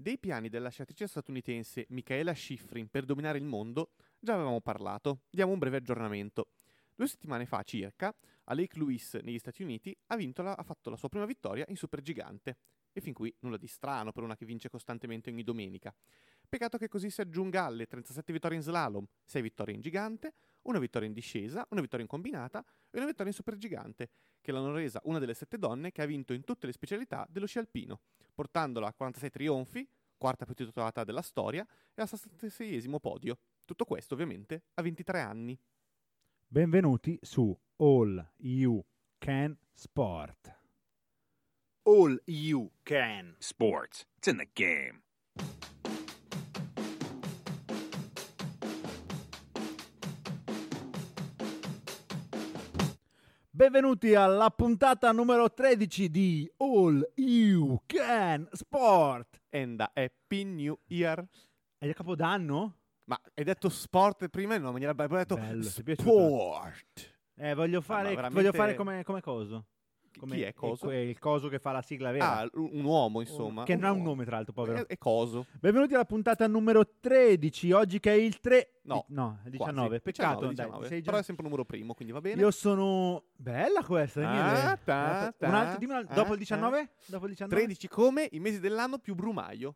Dei piani della sciatrice statunitense Michaela Schifrin per dominare il mondo già avevamo parlato. Diamo un breve aggiornamento. 2 settimane fa circa, a Lake Louise negli Stati Uniti ha fatto la sua prima vittoria in supergigante. E fin qui nulla di strano per una che vince costantemente ogni domenica. Peccato che così si aggiunga alle 37 vittorie in slalom, 6 vittorie in gigante, una vittoria in discesa, una vittoria in combinata e una vittoria in supergigante, che l'hanno resa una delle 7 donne che ha vinto in tutte le specialità dello sci alpino, portandola a 46 trionfi, quarta più titolata della storia e al 66esimo podio. Tutto questo ovviamente a 23 anni. Benvenuti su All You Can Sport. All You Can Sports. It's in the game. Benvenuti alla puntata numero 13 di All You Can Sport. And a Happy New Year. È il capodanno? Ma hai detto sport prima in una maniera bella, hai detto Bello, ti è piaciuto? sport. Voglio fare come coso. Chi è coso? Il coso che fa la sigla vera. Ah, un uomo insomma. Che non ha un nome tra l'altro, povero. È coso. Benvenuti alla puntata numero 13, oggi che è il 3... No, il 19, quasi. peccato. 19. Dai, Però è sempre un numero primo, quindi va bene. Io sono... Bella questa, Daniele. Un altro, dimmi dopo il 19? Dopo il 19? 13 come i mesi dell'anno più brumaio.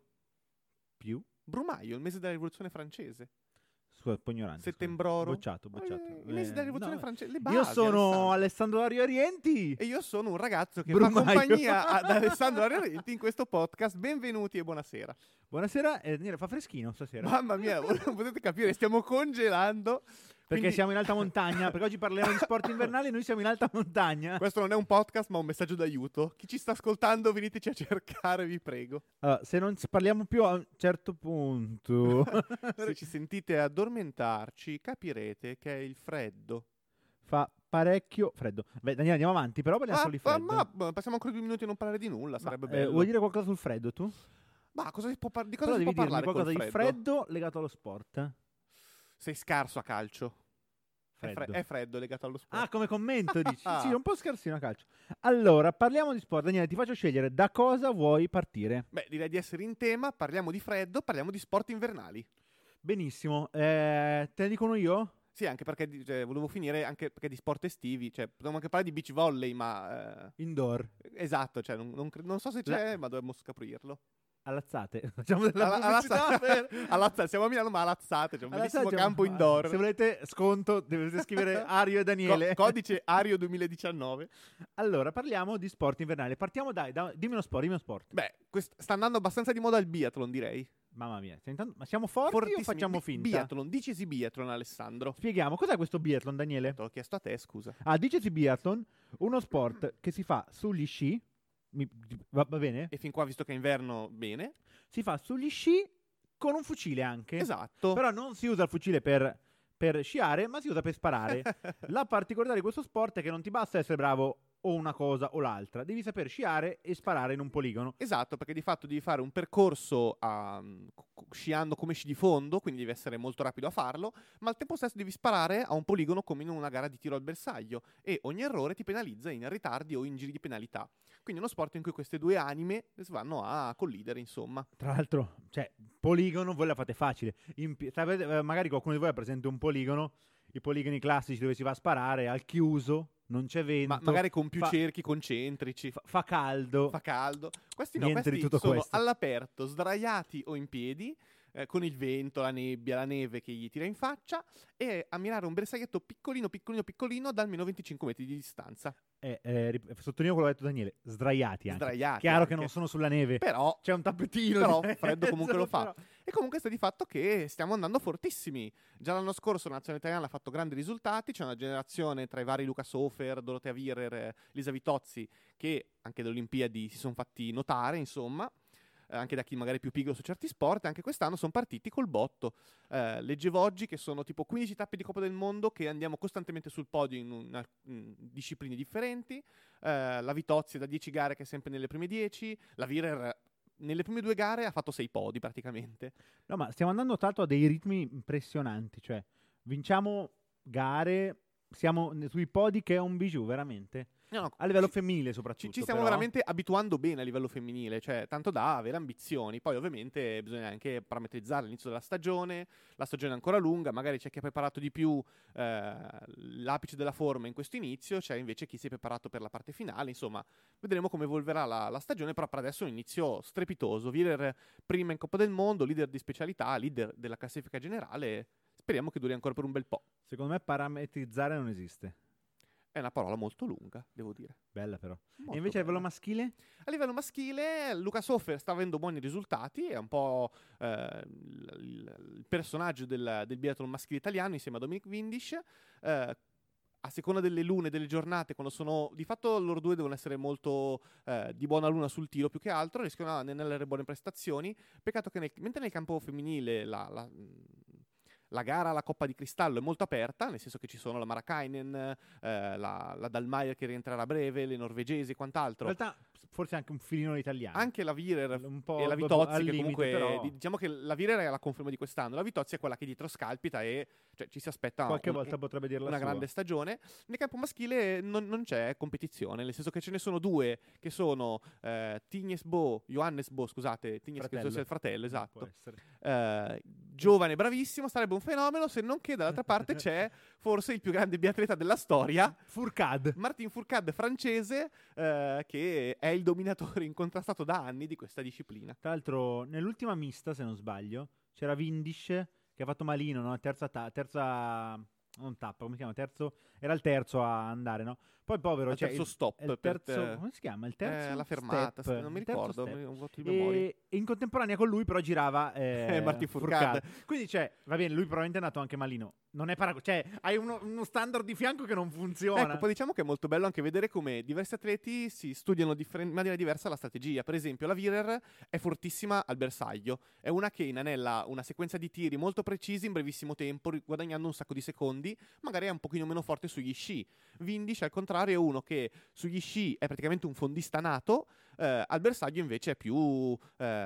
Più? Brumaio, il mese della rivoluzione francese. Scusa, un po' ignorante. Settembroro. Bocciato. I mesi della rivoluzione francese. Le basi, io sono Alessandro Dario Arienti. E io sono un ragazzo che Brumaio. fa compagnia ad Alessandro Arienti in questo podcast. Benvenuti e buonasera. Buonasera, Daniele, fa freschino stasera. Mamma mia, voi non potete capire, stiamo congelando. Perché Quindi... siamo in alta montagna, perché oggi parliamo di sport invernali e noi siamo in alta montagna. Questo non è un podcast ma un messaggio d'aiuto. Chi ci sta ascoltando veniteci a cercare, vi prego. Se non parliamo più a un certo punto... Se ci sentite addormentarci capirete che è il freddo. Fa parecchio freddo. Beh, Daniele, andiamo avanti, però parliamo solo di freddo. Ma passiamo ancora 2 minuti a non parlare di nulla, sarebbe bello. Vuoi dire qualcosa sul freddo tu? Ma cosa di cosa però si devi può parlare qualcosa col di freddo legato allo sport. Sei scarso a calcio. Freddo. È freddo legato allo sport. Ah, come commento dici? Sì, un po' scarsino a calcio. Allora, parliamo di sport. Daniele, ti faccio scegliere da cosa vuoi partire. Beh, direi di essere in tema. Parliamo di freddo, parliamo di sport invernali. Benissimo. Te ne dico uno io? Sì, anche perché volevo finire anche perché di sport estivi. Cioè, potremmo anche parlare di beach volley, ma... Indoor. Esatto, cioè, non so se c'è, ma dovremmo scoprirlo. Allazzate. Facciamo della pubblicità Allazzate. Siamo a Milano, ma Allazzate. C'è un bellissimo campo indoor. Se volete sconto, dovete scrivere Ario e Daniele. Codice Ario 2019. Allora, parliamo di sport invernale. Partiamo dimmi uno sport. Beh, sta andando abbastanza di moda il biathlon, direi. Mamma mia, ma siamo forti o facciamo finta? Biathlon, dicesi biathlon, Alessandro. Spieghiamo, cos'è questo biathlon, Daniele? Te l'ho chiesto a te, scusa. Dicesi biathlon, uno sport che si fa sugli sci. Va bene? E fin qua, visto che è inverno, bene. Si fa sugli sci con un fucile anche. Esatto. Però non si usa il fucile per sciare, ma si usa per sparare. La particolarità di questo sport è che non ti basta essere bravo o una cosa o l'altra, devi saper sciare e sparare in un poligono. Esatto, perché di fatto devi fare un percorso sciando come sci di fondo, quindi devi essere molto rapido a farlo, ma al tempo stesso devi sparare a un poligono come in una gara di tiro al bersaglio e ogni errore ti penalizza in ritardi o in giri di penalità. Quindi è uno sport in cui queste due anime vanno a collidere, insomma. Tra l'altro, cioè, poligono voi la fate facile. Magari qualcuno di voi ha presente un poligono, i poligoni classici dove si va a sparare al chiuso. Non c'è vento. Ma magari con più cerchi concentrici. Fa caldo. Questi Niente di tutto sono questo. all'aperto, sdraiati o in piedi, con il vento, la nebbia, la neve che gli tira in faccia, e a mirare un bersaglietto piccolino da almeno 25 metri di distanza. Sottolineo quello che ha detto Daniele, sdraiati anche. Sdraiati Chiaro anche. che non sono sulla neve, però c'è un tappetino. Però freddo comunque lo fa. Però. E comunque sta di fatto che stiamo andando fortissimi. Già l'anno scorso la nazionale italiana ha fatto grandi risultati, c'è una generazione tra i vari Luca Sofer, Dorotea Virer, Lisa Vitozzi, che anche alle Olimpiadi si sono fatti notare, insomma. Anche da chi magari è più pigro su certi sport, anche quest'anno sono partiti col botto. Leggevo oggi che sono tipo 15 tappe di Coppa del Mondo, che andiamo costantemente sul podio in discipline differenti. La Vitozzi è da 10 gare che è sempre nelle prime 10, la Virer nelle prime 2 gare ha fatto 6 podi praticamente. No, ma stiamo andando tra l'altro a dei ritmi impressionanti, cioè vinciamo gare, siamo sui podi che è un bijou, veramente. No, A livello femminile soprattutto. ci stiamo però. veramente abituando bene a livello femminile, cioè tanto da avere ambizioni. Poi ovviamente bisogna anche parametrizzare l'inizio della stagione, la stagione è ancora lunga, magari c'è chi ha preparato di più l'apice della forma in questo inizio, c'è invece chi si è preparato per la parte finale, insomma vedremo come evolverà la stagione, però per adesso è un inizio strepitoso. Wieler prima in Coppa del Mondo, leader di specialità, leader della classifica generale, speriamo che duri ancora per un bel po'. Secondo me parametrizzare non esiste. È una parola molto lunga, devo dire. Bella però. Molto E invece a livello bella. maschile? A livello maschile, Lucas Hofer sta avendo buoni risultati, è un po' il personaggio del biathlon maschile italiano insieme a Dominic Windisch. A seconda delle lune, delle giornate, quando sono di fatto loro due devono essere molto di buona luna sul tiro più che altro, rischiano a avere buone prestazioni. Peccato che mentre nel campo femminile la gara alla Coppa di Cristallo è molto aperta, nel senso che ci sono la Marakainen, la Dalmayer che rientrerà a breve, le norvegesi e quant'altro. In realtà forse anche un filino italiano. Anche la Wierer un po' e la dopo- Vitozzi, al che limite, comunque però. diciamo che la Wierer è la conferma di quest'anno, la Vitozzi è quella che dietro scalpita e cioè, ci si aspetta Qualche volta potrebbe dirla una sua. grande stagione. Nel campo maschile non c'è competizione, nel senso che ce ne sono due che sono Johannes Bo, scusate, Tignes che è il fratello, Può esatto. essere. Giovane, bravissimo, sarebbe un fenomeno, se non che dall'altra parte c'è forse il più grande biatleta della storia, Fourcade. Martin Fourcade, francese, che è il dominatore incontrastato da anni di questa disciplina. Tra l'altro, nell'ultima mista, se non sbaglio, c'era Windisch che ha fatto malino, no? Terza non tappa, come si chiama? Era il terzo a andare, no? Poi povero, Il cioè, terzo stop, è il per terzo, te. come si chiama? Il terzo La fermata, step, non mi il terzo ricordo, step. mi ho avuto di memoria. E in contemporanea con lui però girava Martin Fourcade. Quindi cioè, va bene, lui probabilmente è nato anche malino. Non è cioè, hai uno standard di fianco che non funziona. Ecco, poi diciamo che è molto bello anche vedere come diversi atleti si studiano in maniera diversa la strategia. Per esempio, la Wierer è fortissima al bersaglio. È una che inanella una sequenza di tiri molto precisi in brevissimo tempo, guadagnando un sacco di secondi. Magari è un pochino meno forte sugli sci. Windisch, al contrario, è uno che sugli sci è praticamente un fondista nato, al bersaglio invece è più...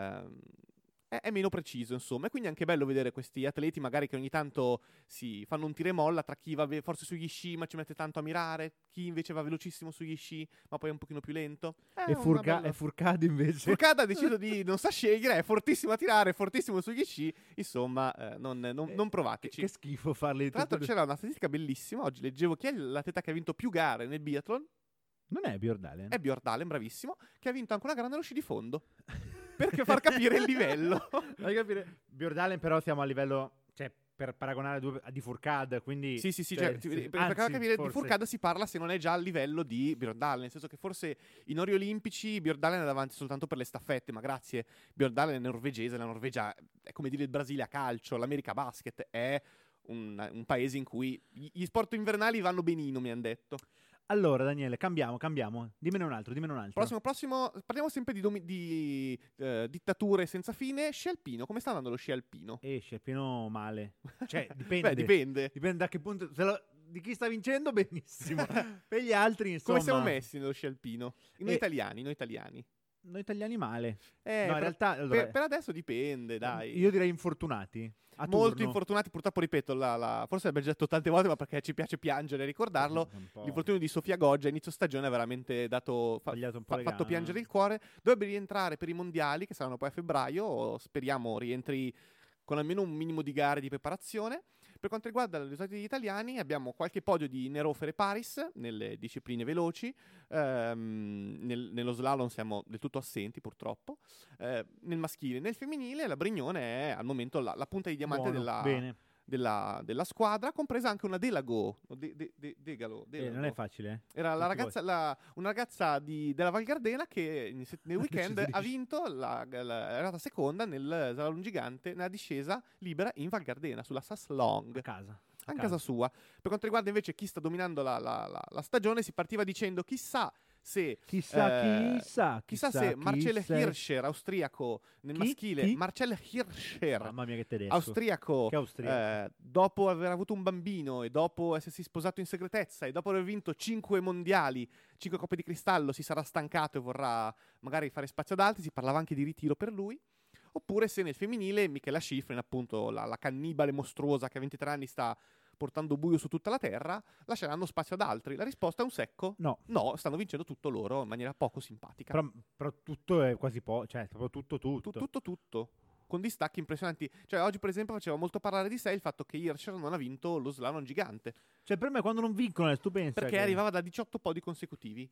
è meno preciso, insomma, e quindi è anche bello vedere questi atleti magari che ogni tanto si fanno un tira e molla tra chi va forse sugli sci ma ci mette tanto a mirare, chi invece va velocissimo sugli sci ma poi è un pochino più lento. E Fourcade invece. Fourcade ha deciso di non sa scegliere, è fortissimo a tirare, è fortissimo sugli sci, insomma, non provateci. Che schifo farli Tra l'altro tutti. c'era una statistica bellissima, oggi leggevo chi è l'atleta che ha vinto più gare nel biathlon. Non è Bjordalen? È Bjordalen, bravissimo, che ha vinto anche una gara nello sci di fondo. Perché far capire il livello. Vuoi capire? Bjordalen però siamo a livello, cioè, per paragonare di Fourcade, quindi... Sì, cioè, per far capire di Fourcade si parla se non è già al livello di Bjordalen, nel senso che forse in ori olimpici Bjordalen è davanti soltanto per le staffette, ma grazie, Bjordalen è norvegese, la Norvegia è come dire il Brasile a calcio, l'America a basket, è un paese in cui gli sport invernali vanno benino, mi hanno detto. Allora, Daniele, cambiamo. Dimmene un altro. Prossimo, parliamo sempre di dittature senza fine. Sci alpino, come sta andando lo sci alpino? Sci alpino male. Cioè, dipende. Beh, dipende. Dipende da che punto... di chi sta vincendo, benissimo. Per gli altri, insomma... Come siamo messi nello sci alpino? Noi italiani. Noi italiani male. No, in realtà... Allora, per adesso dipende, dai. Io direi infortunati. Molto turno. infortunati, purtroppo, ripeto, forse l'abbiamo già detto tante volte, ma perché ci piace piangere e ricordarlo. L'infortunio di Sofia Goggia a inizio stagione ha veramente fatto piangere il cuore. Dovrebbe rientrare per i mondiali, che saranno poi a febbraio. Speriamo rientri con almeno un minimo di gare di preparazione. Per quanto riguarda i risultati degli italiani, abbiamo qualche podio di Nerofer e Paris nelle discipline veloci. Nello slalom siamo del tutto assenti, purtroppo. Nel maschile, nel femminile, la Brignone è al momento la punta di diamante della squadra, compresa anche una Delago. Degalo. Non è facile. Era una ragazza della Val Gardena che nel weekend ha vinto è arrivata seconda nel slalom gigante nella discesa libera in Val Gardena sulla Saslong. A casa sua. Per quanto riguarda invece chi sta dominando la stagione, si partiva dicendo chissà se Marcel Hirscher, austriaco nel maschile, Marcel Hirscher, mamma mia che tedesco, austriaco, dopo aver avuto un bambino e dopo essersi sposato in segretezza e dopo aver vinto 5 mondiali, 5 coppe di cristallo, si sarà stancato e vorrà magari fare spazio ad altri. Si parlava anche di ritiro per lui. Oppure se nel femminile Michaela Schifrin, appunto la cannibale mostruosa che a 23 anni sta portando buio su tutta la terra, lasceranno spazio ad altri. La risposta è un secco? No. No, stanno vincendo tutto loro in maniera poco simpatica. Però tutto è quasi cioè proprio tutto. Tutto. Con distacchi impressionanti. Cioè, oggi, per esempio, faceva molto parlare di sé il fatto che Hirscher non ha vinto lo slalom gigante. Cioè, per me quando non vincono, tu pensi Perché arrivava da 18 podi consecutivi.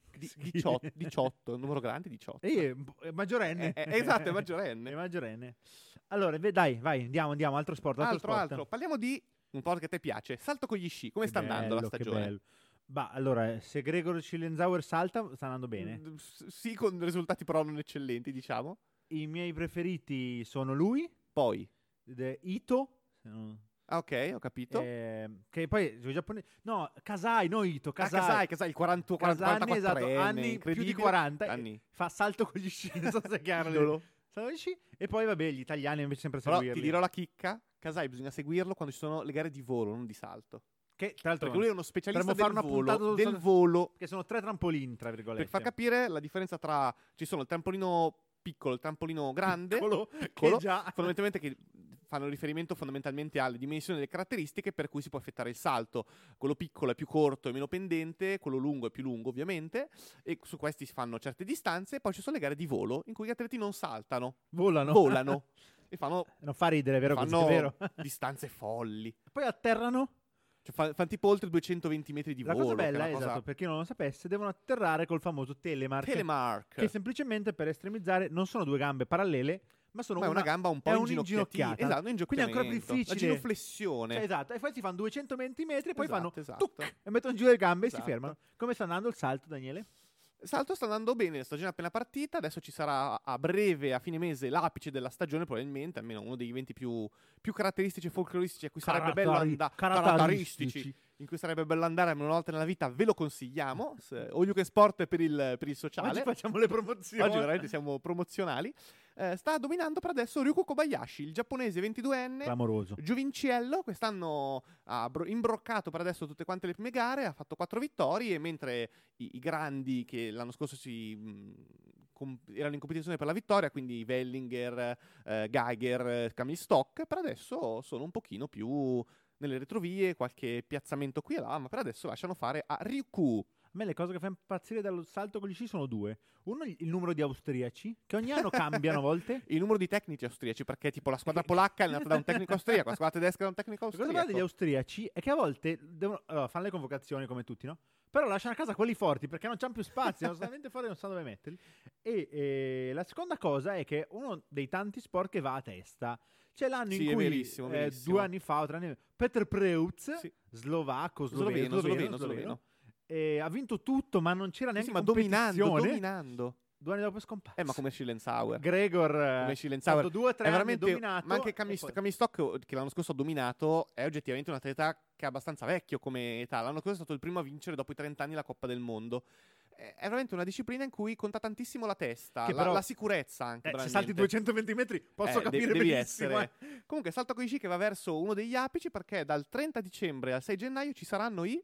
18, un numero grande, 18. È maggiorenne. Esatto, è maggiorenne. È maggiorenne. Allora, dai, vai, andiamo, altro sport. Altro. Parliamo di un sport che a te piace. Salto con gli sci. Come sta andando la stagione? Che bello. Bah, allora, se Gregor Schlenzauer salta, sta andando bene. Sì, con risultati però non eccellenti, diciamo. I miei preferiti sono lui, Poi Ito, ah, ok, ho capito. che poi i giapponesi. No, Kasai, no Ito, Kasai, il 44 esatto, anni più di 40 anni. Fa salto con gli sci, non so se è chiaro. Idolo. Salto con gli sci. E poi vabbè, gli italiani invece sempre Però seguirli. ti dirò la chicca, Kasai bisogna seguirlo quando ci sono le gare di volo, non di salto. Che tra l'altro Perché lui è uno specialista fare del una puntata volo, sul volo. Che sono 3 trampolini, tra virgolette. Per far capire la differenza tra ci sono il trampolino piccolo e il trampolino grande, Piccolo, piccolo, che già fondamentalmente che fanno riferimento fondamentalmente alle dimensioni e alle caratteristiche per cui si può effettuare il salto. Quello piccolo è più corto e meno pendente, quello lungo è più lungo ovviamente, e su questi si fanno certe distanze. Poi ci sono le gare di volo in cui gli atleti non saltano, volano e fanno non fa ridere, vero? Così, fanno è vero. distanze folli. Poi atterrano. Cioè, fanno tipo oltre 220 metri di La volo. cosa bella, che è una esatto, per chi non lo sapesse, devono atterrare col famoso telemark. Che semplicemente, per estremizzare, non sono due gambe parallele, ma sono è una gamba un po' inginocchiata. Esatto, un quindi è ancora più difficile. La genuflessione. Cioè, esatto, e poi si fanno 220 metri e poi fanno esatto. tuc, e mettono giù le gambe Esatto. e si fermano. Come sta andando il salto, Daniele? Il salto sta andando bene, la stagione è appena partita, adesso ci sarà a breve, a fine mese, l'apice della stagione probabilmente, almeno uno degli eventi più caratteristici e folcloristici a cui sarebbe bello andare, caratteristici, in cui sarebbe bello andare almeno una volta nella vita, ve lo consigliamo, All You Can Sport per il sociale. Oggi facciamo le promozioni. Oggi veramente siamo promozionali. Sta dominando per adesso Ryuko Kobayashi, il giapponese 22enne, clamoroso, giovincello, quest'anno ha imbroccato per adesso tutte quante le prime gare, ha fatto 4 vittorie, mentre i grandi che l'anno scorso erano in competizione per la vittoria, quindi Wellinger, Geiger, Camille Stock, per adesso sono un pochino più nelle retrovie, qualche piazzamento qui e là, ma per adesso lasciano fare a Ryuku. A me le cose che fanno impazzire dallo salto con gli sci sono due. Uno, il numero di austriaci, che ogni anno cambiano a volte. Il numero di tecnici austriaci, perché tipo la squadra polacca è nata da un tecnico austriaco, la squadra tedesca da un tecnico La cosa austriaco. bella degli austriaci è che a volte fanno le convocazioni come tutti, no? Però lasciano a casa quelli forti perché non c'hanno più spazio, non sanno fuori, non sanno dove metterli. E la seconda cosa è che uno dei tanti sport che va a testa. C'è l'anno in cui verissimo. 2 anni fa o 3 anni fa, Peter Preutz, Sì. sloveno, ha vinto tutto, ma non c'era neanche ma competizione. dominando. 2 anni dopo è scomparso. Ma come Schlenzauer. Gregor Come Schlenzauer. 2 o 3 È anni veramente, dominato. ma anche Camille Stock, che l'anno scorso ha dominato, è oggettivamente un atleta che è abbastanza vecchio come età. L'anno scorso è stato il primo a vincere dopo i 30 anni la Coppa del Mondo. È veramente una disciplina in cui conta tantissimo la testa, la sicurezza anche. Se salti 220 metri posso capire devi benissimo. essere. Comunque salto con i sci che va verso uno degli apici, perché dal 30 dicembre al 6 gennaio ci saranno i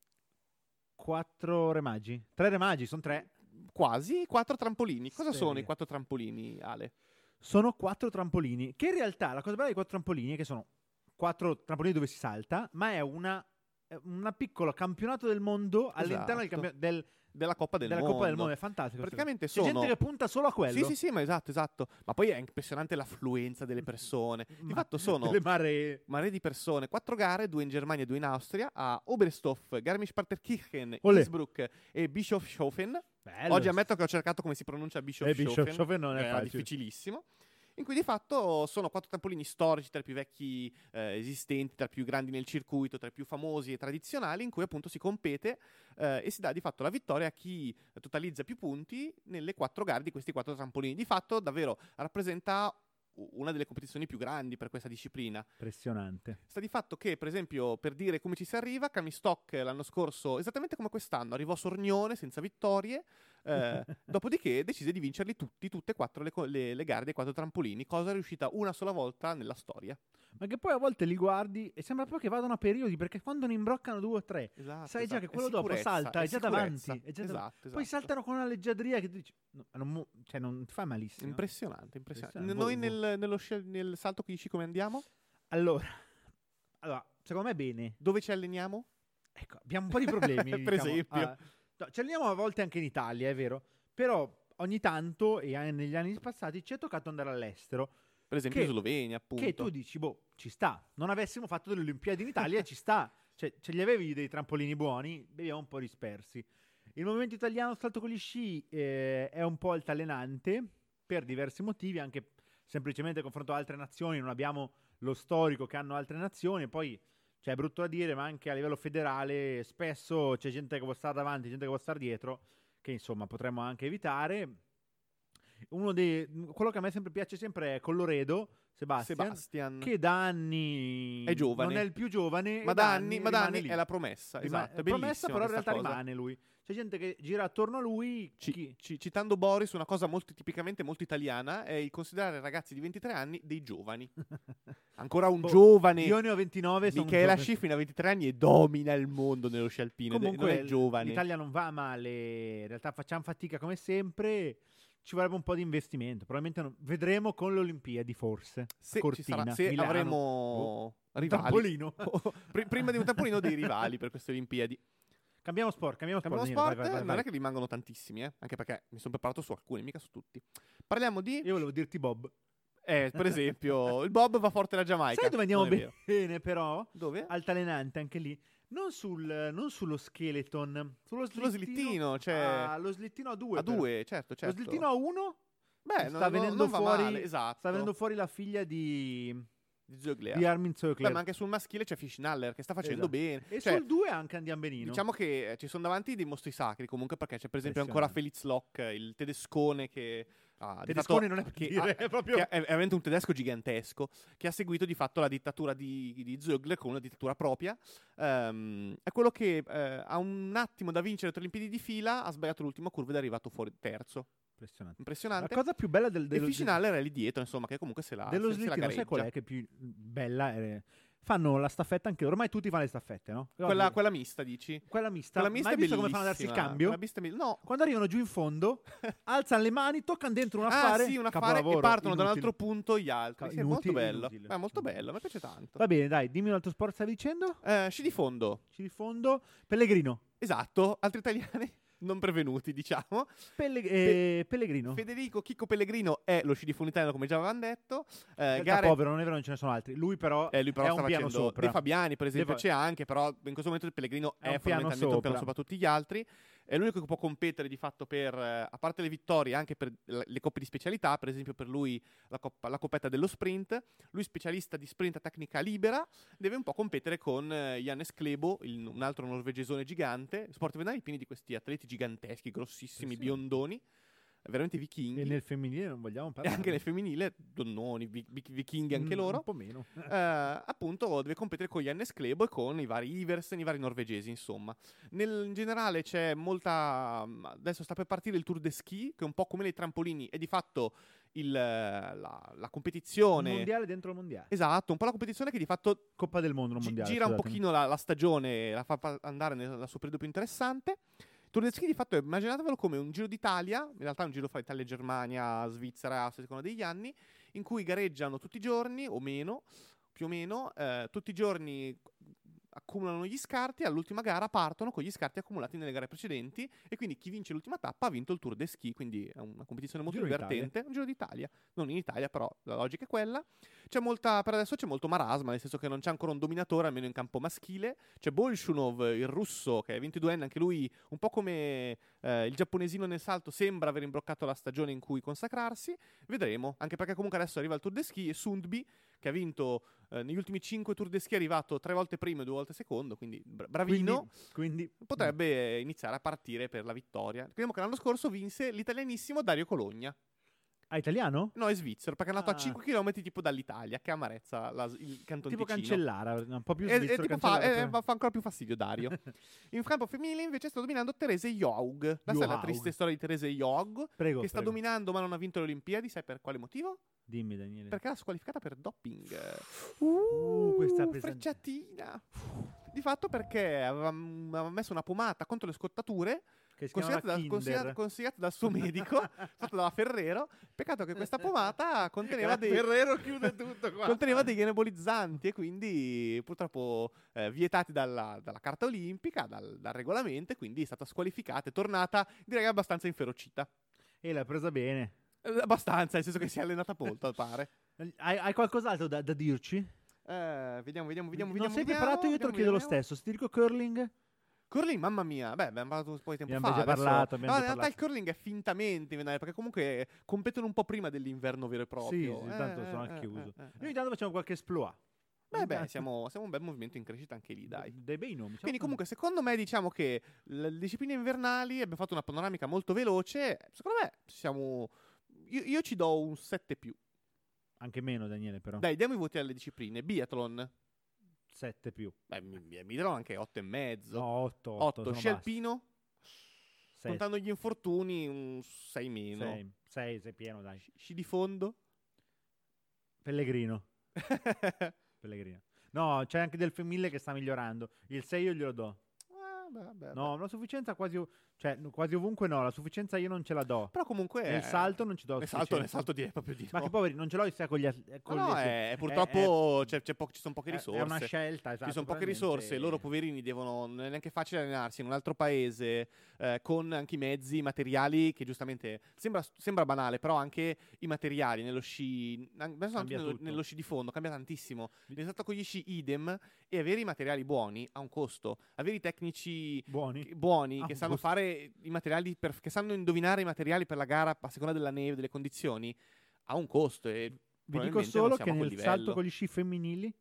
4 remaggi. 3 remaggi, sono 3. Quasi 4 trampolini. Cosa Sì. sono i 4 trampolini, Ale? Sono 4 trampolini, che in realtà la cosa bella dei 4 trampolini è che sono 4 trampolini dove si salta, ma è una piccola campionato del mondo all'interno della Coppa del della Mondo. Coppa del Mondo. È fantastico. Praticamente C'è gente che punta solo a quello. Sì, ma esatto. Ma poi è impressionante l'affluenza delle persone. Di fatto sono delle maree di persone. 4 gare, 2 in Germania e 2 in Austria, a Oberstdorf, Garmisch-Partenkirchen, Olè. Innsbruck e Bischofshofen. Bello. Oggi ammetto che ho cercato come si pronuncia Bischofshofen. Bischofshofen non è era facile. difficilissimo. In cui di fatto sono 4 trampolini storici, tra i più vecchi esistenti, tra i più grandi nel circuito, tra i più famosi e tradizionali, in cui appunto si compete e si dà di fatto la vittoria a chi totalizza più punti nelle 4 gare di questi 4 trampolini. Di fatto davvero rappresenta una delle competizioni più grandi per questa disciplina. Impressionante. Sta di fatto che, per esempio, per dire come ci si arriva, Camille Stock l'anno scorso, esattamente come quest'anno, arrivò a Sornione senza vittorie, dopodiché decise di vincerli tutte e 4 le gare dei 4 trampolini, cosa riuscita una sola volta nella storia. Ma che poi a volte li guardi e sembra proprio che vadano a periodi, perché quando ne imbroccano 2 o 3 sai già che quello dopo salta, è già davanti. Esatto. Poi saltano con una leggiadria che tu dici, non ti fa malissimo. Impressionante. Noi nel salto con gli sci come andiamo? Allora, Secondo me bene. Dove ci alleniamo? Ecco, abbiamo un po' di problemi. Per diciamo. esempio. No, ci alleniamo a volte anche in Italia, è vero. Però ogni tanto, e negli anni passati, ci è toccato andare all'estero. Per esempio Che- in Slovenia, appunto. Che tu dici, ci sta. Non avessimo fatto delle Olimpiadi in Italia, ci sta. Cioè, ce li avevi dei trampolini buoni, abbiamo un po' dispersi. Il movimento italiano salto con gli sci è un po' altalenante per diversi motivi, anche semplicemente confronto ad altre nazioni, non abbiamo lo storico che hanno altre nazioni, e poi, cioè, è brutto da dire, ma anche a livello federale spesso c'è gente che vuole stare davanti, gente che vuole stare dietro, che insomma potremmo anche evitare. Quello che a me sempre piace sempre è Colloredo, Sebastian, che da anni è giovane. non è il più giovane, Ma e da anni rimane lì. è la promessa. Esatto, è promessa, bellissima però in questa realtà cosa. rimane lui. C'è gente che gira attorno a lui. Citando Boris, una cosa tipicamente molto italiana è il considerare i ragazzi di 23 anni dei giovani. Ancora un giovane. Io ne ho 29. Michela Schifrin ha 23 anni e domina il mondo nello sci alpino. Comunque non è giovane. l'Italia non va male. In realtà facciamo fatica come sempre. Ci vorrebbe un po' di investimento. Probabilmente vedremo con le Olimpiadi, forse. Se, Cortina, se Milano. avremo Un rivali. trampolino. Prima di un trampolino dei rivali per queste Olimpiadi. Cambiamo sport. Cambiamo Nino, sport, vai. non è che rimangono tantissimi, anche perché mi sono preparato su alcuni, mica su tutti. Parliamo di... Io volevo dirti Bob. per esempio, il Bob va forte la Giamaica. Sai dove andiamo Non è vero. bene, però? Dove? Altalenante anche lì. Non sullo skeleton, sullo slittino, cioè... lo slittino a due. A due, certo. Lo slittino a uno? Beh, sta venendo non va fuori, male, esatto. Sta venendo fuori la figlia di Zögler. Armin Zögler. Ma anche sul maschile c'è Fischnaller che sta facendo Esatto. bene. E Cioè, sul 2 anche andiamo benino. diciamo che ci sono davanti dei mostri sacri comunque, perché c'è per esempio ancora Felix Lock, il tedescone che... Tedescone non è per dire, è proprio... che è veramente un tedesco gigantesco che ha seguito di fatto la dittatura di Zögler con una dittatura propria. È quello che ha un attimo da vincere 3 Olimpiadi di fila, ha sbagliato l'ultima curva ed è arrivato fuori terzo. Impressionante. La cosa più bella e Fischnaller è lì dietro, insomma, che comunque se la dello se la slittino, sai qual è che è più bella? Fanno la staffetta anche loro. Ormai tutti fanno le staffette, no? Quella mista, dici? Quella mista. Quella mista Mai è visto come fanno a darsi il cambio? No. Quando arrivano giù in fondo, alzano le mani, toccano dentro un affare, un affare e partono da un altro punto gli altri. Sì, è molto bello. Inutile. È molto bello, mi piace tanto. Va bene, dai, dimmi un altro sport stavi dicendo? Sci di fondo. Sci di fondo. Pellegrino. Esatto, altri italiani non prevenuti, diciamo. Pellegrino. Federico Chicco Pellegrino è lo sci di fondo italiano, come già avevamo detto. Povero, non è vero, non ce ne sono altri. Lui però è sta un piano facendo sopra. De Fabiani, per esempio, c'è anche, però in questo momento il Pellegrino è fondamentalmente un piano sopra tutti gli altri. È l'unico che può competere di fatto per, a parte le vittorie, anche per le coppe di specialità, per esempio per lui la coppetta dello sprint. Lui specialista di sprint a tecnica libera, deve un po' competere con Jannes Klebo, un altro norvegesone gigante. Sport invernali pieni di questi atleti giganteschi, grossissimi, biondoni, veramente vichinghi. E nel femminile non vogliamo E parlare. anche nel femminile, donnoni, vichinghi anche loro. Un po' meno. Appunto deve competere con Jannes Klebo e con i vari Iversen, i vari norvegesi, insomma. In generale c'è molta... Adesso sta per partire il Tour de Ski, che è un po' come nei trampolini, è di fatto la competizione... Un mondiale dentro il mondiale. Esatto, un po' la competizione che di fatto... Coppa del mondo, non mondiale. Gira un pochino la stagione, la fa andare nel suo periodo più interessante. Tour de Ski di fatto immaginatevelo come un Giro d'Italia, in realtà è un giro fra Italia e Germania, Svizzera, a seconda degli anni, in cui gareggiano tutti i giorni, o meno, più o meno, tutti i giorni accumulano gli scarti, all'ultima gara partono con gli scarti accumulati nelle gare precedenti e quindi chi vince l'ultima tappa ha vinto il Tour de Ski, quindi è una competizione molto divertente, un Giro d'Italia, non in Italia però la logica è quella. Per adesso c'è molto marasma, nel senso che non c'è ancora un dominatore, almeno in campo maschile. C'è Bolshunov, il russo, che è 22enne, anche lui un po' come il giapponesino nel salto, sembra aver imbroccato la stagione in cui consacrarsi. Vedremo, anche perché comunque adesso arriva il Tour de Ski e Sundby, che ha vinto negli ultimi 5 Tour de Ski, è arrivato 3 volte primo e 2 volte secondo, quindi bravino. Quindi potrebbe iniziare a partire per la vittoria. Ricordiamo che l'anno scorso vinse l'italianissimo Dario Cologna. Italiano? No, è svizzero, perché è nato a 5 km tipo dall'Italia, che amarezza il Canton tipo Ticino. Cancellara, un po' più svizzero. Fa ancora più fastidio Dario. In campo femminile invece sta dominando Therese Johaug. Sai la triste storia di Therese Johaug? Prego, sta dominando ma non ha vinto le Olimpiadi. Sai per quale motivo? Dimmi, Daniele. Perché era squalificata per doping. Questa frecciatina. Di fatto perché aveva messo una pomata contro le scottature Che si chiama Kinder. consigliato dal suo medico, fatto dalla Ferrero. Peccato che questa pomata conteneva Ferrero chiude tutto qua. conteneva degli anabolizzanti e quindi purtroppo vietati dalla carta olimpica, dal regolamento, e quindi è stata squalificata, è tornata direi abbastanza inferocita. E l'ha presa bene. Abbastanza, nel senso che si è allenata molto, pare. Hai qualcos'altro da dirci? Vediamo. Non sei preparato? Io te lo chiedo lo stesso. Se ti dico curling? Curling, mamma mia, beh, abbiamo parlato un po' di tempo Abbiamo fa. già adesso- parlato, No, abbiamo in già realtà il parlato. curling è fintamente invernale, perché comunque competono un po' prima dell'inverno vero e proprio. Sì, tanto sono al chiuso. Noi ogni tanto facciamo qualche esploit. Beh, siamo un bel movimento in crescita anche lì, dai. Dei bei nomi. Quindi comunque secondo me diciamo che le discipline invernali abbiamo fatto una panoramica molto veloce. Secondo me siamo... Io ci do un 7+. Anche meno, Daniele, però. Dai, diamo i voti alle discipline. Biathlon. 7 più. Beh, mi darò anche 8,5. No, 8. 8. Sci alpino, contando gli infortuni, un 6 meno. 6, sei pieno, dai. Sci di fondo. Pellegrino. No, c'è anche del femminile che sta migliorando. Il 6 io glielo do. No, la sufficienza quasi ovunque no, la sufficienza io non ce la do. Però comunque Nel salto non ci do la nel sufficienza. salto direi proprio di Ma no. che poveri, non ce l'ho sia con gli purtroppo ci sono poche risorse. È una scelta, esatto. Ci sono poche risorse, loro poverini devono, non è neanche facile allenarsi in un altro paese con anche i mezzi, i materiali che giustamente sembra banale, però anche i materiali nello sci, nello sci di fondo cambia tantissimo. Nel salto con gli sci idem, e avere i materiali buoni ha un costo, avere i tecnici buoni che sanno fare i materiali che sanno indovinare i materiali per la gara a seconda della neve, delle condizioni, ha un costo. E vi dico solo che nel salto con gli sci femminili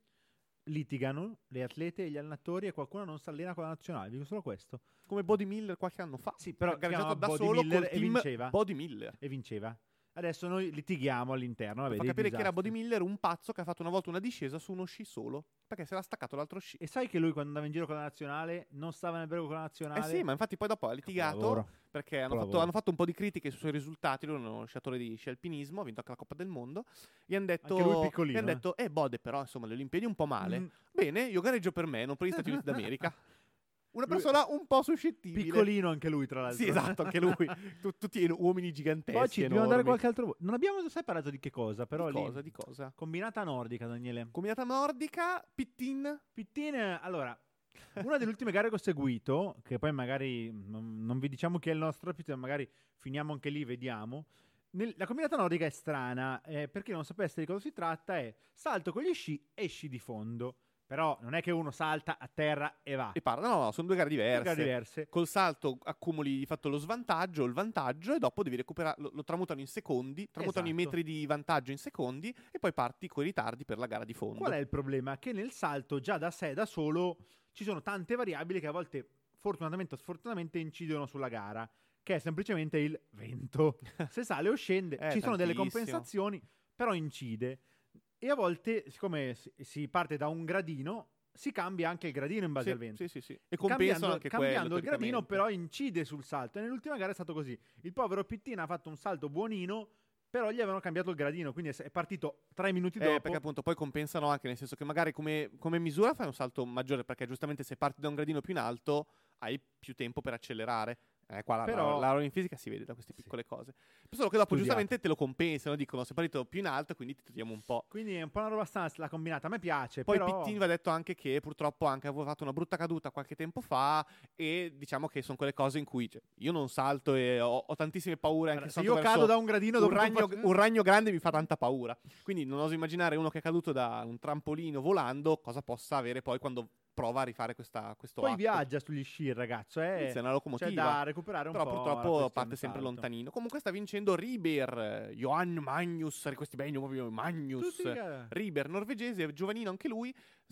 litigano le atlete e gli allenatori e qualcuno non si allena con la nazionale. Vi dico solo questo. Come Body Miller qualche anno fa. Sì, però ha gareggiato da Body solo Miller col e team vinceva. Body Miller. E vinceva. Adesso noi litighiamo all'interno. Fa capire che era Body Miller un pazzo che ha fatto una volta una discesa su uno sci solo, perché si era staccato l'altro sci. E sai che lui quando andava in giro con la nazionale non stava nel brego con la nazionale? Sì, ma infatti poi dopo ha litigato perché hanno fatto un po' di critiche sui suoi risultati. Lui è uno sciatore di sci alpinismo, ha vinto anche la Coppa del Mondo. Gli hanno detto, anche lui piccolino, Bode, però insomma le Olimpiadi un po' male. Bene, io gareggio per me, non per gli Stati Uniti d'America. Una persona un po' suscettibile. Piccolino anche lui, tra l'altro. Sì, esatto, anche lui. Tutti uomini giganteschi. Poi ci dobbiamo dare qualche altro. Non abbiamo sai di che cosa, però Di cosa? Combinata nordica, Daniele. Combinata nordica, Pittin. Allora, una delle ultime gare che ho seguito, che poi magari non vi diciamo chi è il nostro ospite, ma magari finiamo anche lì, vediamo. La combinata nordica è strana, per chi non sapesse di cosa si tratta è salto con gli sci e sci di fondo. Però non è che uno salta a terra e va. E no, sono due gare diverse. Col salto accumuli di fatto lo svantaggio, il vantaggio, e dopo devi recuperare, lo tramutano in secondi, tramutano i metri di vantaggio in secondi, e poi parti con i ritardi per la gara di fondo. Qual è il problema? Che nel salto già da sé, da solo, ci sono tante variabili che a volte, fortunatamente o sfortunatamente, incidono sulla gara, che è semplicemente il vento. Se sale o scende, ci sono delle compensazioni, però incide. E a volte, siccome si parte da un gradino, si cambia anche il gradino in base al vento. Sì. E compensano anche cambiando il gradino, però incide sul salto. E nell'ultima gara è stato così. Il povero Pittin ha fatto un salto buonino, però gli avevano cambiato il gradino, quindi è partito 3 minuti dopo. Perché appunto poi compensano anche, nel senso che magari come misura fai un salto maggiore, perché giustamente se parti da un gradino più in alto hai più tempo per accelerare. Qua la in fisica si vede da queste piccole cose. Solo che dopo giustamente te lo compensano, dicono sei partito più in alto, quindi ti togliamo un po'. Quindi è un po' una roba strana la combinata, a me piace. Poi però... Pittin va detto anche che purtroppo aveva fatto una brutta caduta qualche tempo fa, e diciamo che sono quelle cose in cui io non salto e ho tantissime paure. Anche se io cado da un gradino un ragno grande mi fa tanta paura. Quindi non oso immaginare uno che è caduto da un trampolino volando cosa possa avere poi quando prova a rifare questo poi atto. Viaggia sugli sci il ragazzo, è una locomotiva, c'è da recuperare un però po', purtroppo parte sempre lontanino. Comunque sta vincendo Riber, Johan Magnus, questi bei nomi, Magnus Riber, norvegese, giovanino anche lui.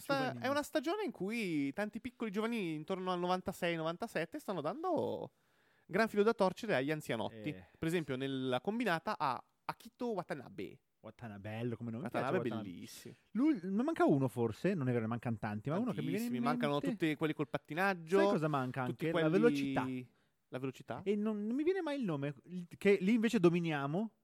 È una stagione in cui tanti piccoli giovanini intorno al 96-97 stanno dando gran filo da torcere agli anzianotti. Per esempio nella combinata a Akito Watanabe. Bello come nome. Watanabe è bellissimo. Ne manca uno forse, non è vero, ne mancano tanti, ma uno che mi viene in mente. Mancano tutti quelli col pattinaggio. Sai cosa manca anche? La velocità. La velocità? E non mi viene mai il nome, che lì invece dominiamo.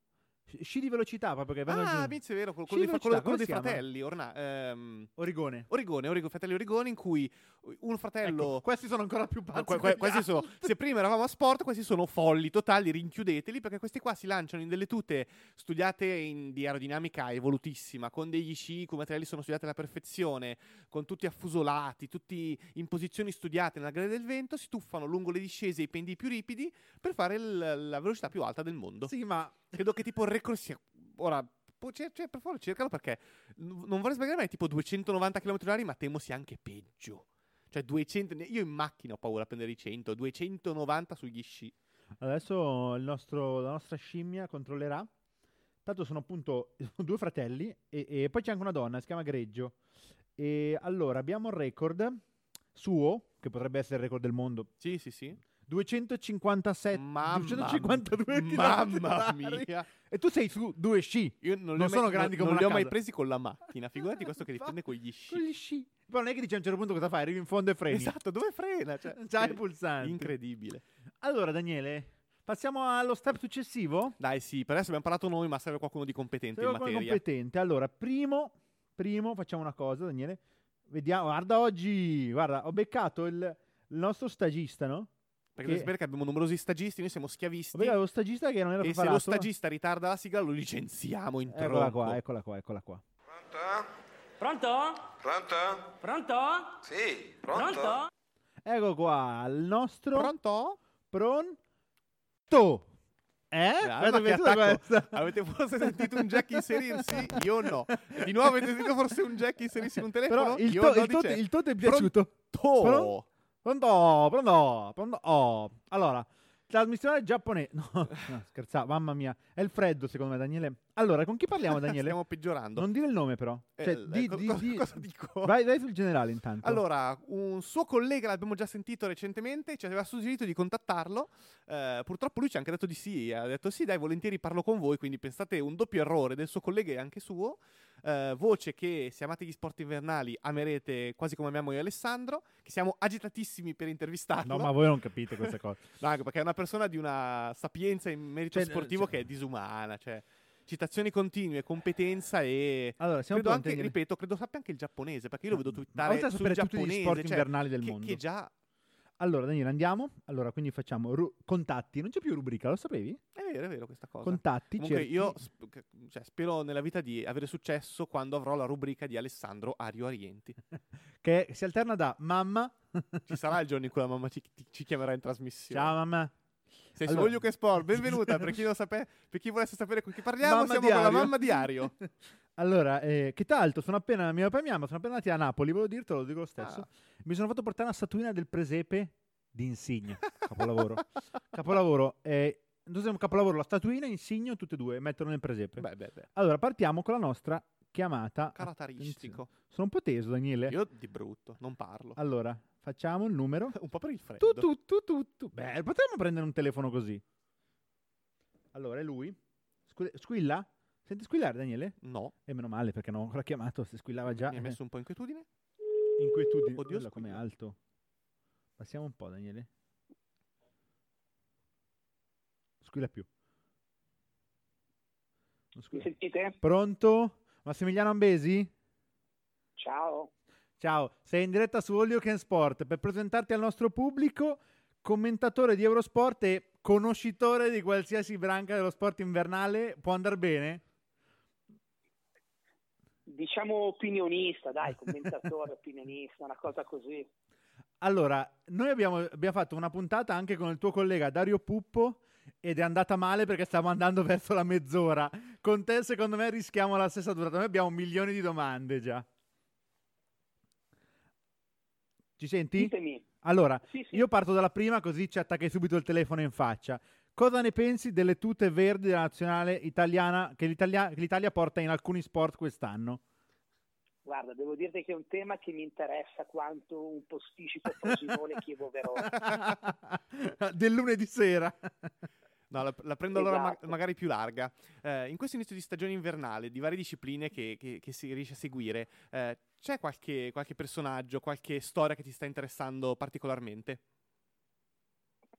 Sci di velocità, proprio che vanno giù. Vince, è vero, Sci di velocità, quello come dei si chiama? fratelli, Origone. Fratelli Origone, in cui un fratello... Ecco, questi sono ancora più pazzi. Questi sono, se prima eravamo a sport, questi sono folli totali, rinchiudeteli, perché questi qua si lanciano in delle tute studiate di aerodinamica evolutissima, con degli sci, con materiali sono studiati alla perfezione, con tutti affusolati, tutti in posizioni studiate nella grade del vento, si tuffano lungo le discese e i pendii più ripidi per fare la velocità più alta del mondo. Sì, ma Credo che tipo il record sia... Ora, per favore, cercalo, perché non vorrei sbagliare, ma è tipo 290 km/h, ma temo sia anche peggio. Cioè 200, io in macchina ho paura a prendere i 100, 290 sugli sci. adesso la nostra scimmia controllerà. Tanto sono appunto 2 fratelli e poi c'è anche una donna, si chiama Greggio. E allora abbiamo il record suo, che potrebbe essere il record del mondo. Sì, sì, sì. 257, Mamma 252 Mamma chilometri. mia. E tu sei su 2 sci. Io Non sono grandi come non una li ho mai casa. presi con la macchina. Figurati questo che li prende con gli sci. Con gli sci. Però non è che dici a un certo punto cosa fai, arrivi in fondo e freni. Esatto, dove frena? Cioè, Non c'hai i pulsanti. Incredibile. Allora Daniele, passiamo allo step successivo. Dai, sì, per adesso abbiamo parlato noi, ma serve qualcuno di competente in Sei materia. competente. Allora, primo facciamo una cosa, Daniele. Vediamo, guarda oggi, guarda, ho beccato il nostro stagista, no? Perché devi sapere che abbiamo numerosi stagisti, noi siamo schiavisti. Ho beccato lo stagista che non era E se preparato. lo stagista ritarda la sigla, lo licenziamo in Eccola tronco. qua, eccola qua. Pronto? Pronto? Pronto? Sì, pronto? Pronto? Ecco qua, il nostro Pronto? pronto. Ma che attacco. Questa? Avete forse sentito un jack inserirsi? Io no. Di nuovo avete sentito forse un jack inserirsi in un telefono? Però il, Io no, il to ti è piaciuto? Pronto? Pronto. Oh. Allora, trasmissione giapponese. No, scherzavo, mamma mia. È il freddo, secondo me, Daniele. Allora, con chi parliamo, Daniele? Stiamo peggiorando. Non dire il nome, però. Cioè, Cosa dico? Vai sul generale, intanto. Allora, un suo collega, l'abbiamo già sentito recentemente, ci aveva suggerito di contattarlo. Purtroppo lui ci ha anche detto di sì. Ha detto sì, dai, volentieri parlo con voi. Quindi pensate, un doppio errore del suo collega e anche suo. Voce che, se amate gli sport invernali, amerete quasi come amiamo io e Alessandro, che siamo agitatissimi per intervistarlo. No, ma voi non capite queste cose. No, anche perché è una persona di una sapienza in merito Cioè, sportivo che è disumana, cioè citazioni continue, competenza e Allora, siamo credo pronti, anche, Daniele? ripeto, credo sappia anche il giapponese, perché io lo vedo twittare Oltre a sul sapere tutti giapponese, gli sport cioè, invernali del mondo. che già Allora, Daniele, andiamo. Allora, quindi facciamo contatti. Non c'è più rubrica, lo sapevi? è vero questa cosa. Contatti, Comunque cerchi. io spero nella vita di avere successo quando avrò la rubrica di Alessandro Ario Arienti. Che si alterna da mamma. Ci sarà il giorno in cui la mamma ci chiamerà in trasmissione. Ciao mamma. Sei Allora- su Voglio che Sport, benvenuta. Per chi non per chi volesse sapere con chi parliamo, Mamma siamo di con la Ario. mamma di Ario. Allora, che talto, sono appena mio papà e mia mamma sono appena andati a Napoli, volevo dirtelo, lo dico lo stesso. Ah. Mi sono fatto portare una statuina del presepe di Insigne. Capolavoro. Capolavoro. Noi siamo capolavoro, la statuina e Insigno, tutte e due, mettono nel presepe. Beh. Allora, partiamo con la nostra chiamata. Caratteristico. Sono un po' teso, Daniele. Io di brutto, non parlo. Allora, facciamo il numero. Un po' per il freddo. Tu. Beh, potremmo prendere un telefono così. Allora, è lui. Squilla? Senti squillare, Daniele? No, E meno male, perché non ho ancora chiamato, se squillava già. mi ha messo un po' inquietudine. Inquietudine. Oddio, Guarda com'è squilla. alto. Passiamo un po', Daniele. Squilla più. Non Mi squilla. sentite? Pronto? Massimiliano Ambesi? Ciao. Ciao, sei in diretta su All You Can Sport per presentarti al nostro pubblico, commentatore di Eurosport e conoscitore di qualsiasi branca dello sport invernale. Può andare bene? Diciamo opinionista, dai, commentatore, opinionista, una cosa così. Allora, noi abbiamo fatto una puntata anche con il tuo collega Dario Puppo ed è andata male perché stiamo andando verso la mezz'ora. Con te, secondo me, rischiamo la stessa durata. Noi abbiamo milioni di domande già. Ci senti? Ditemi. Allora, Sì. io parto dalla prima così ci attacchi subito il telefono in faccia. Cosa ne pensi delle tute verdi della nazionale italiana che l'Italia porta in alcuni sport quest'anno? Guarda, devo dirti che è un tema che mi interessa quanto un posticipo Frosinone Chievo Verona. Del lunedì sera. No, la prendo allora Esatto. magari più larga. In questo inizio di stagione invernale, di varie discipline che si riesce a seguire, c'è qualche personaggio, qualche storia che ti sta interessando particolarmente?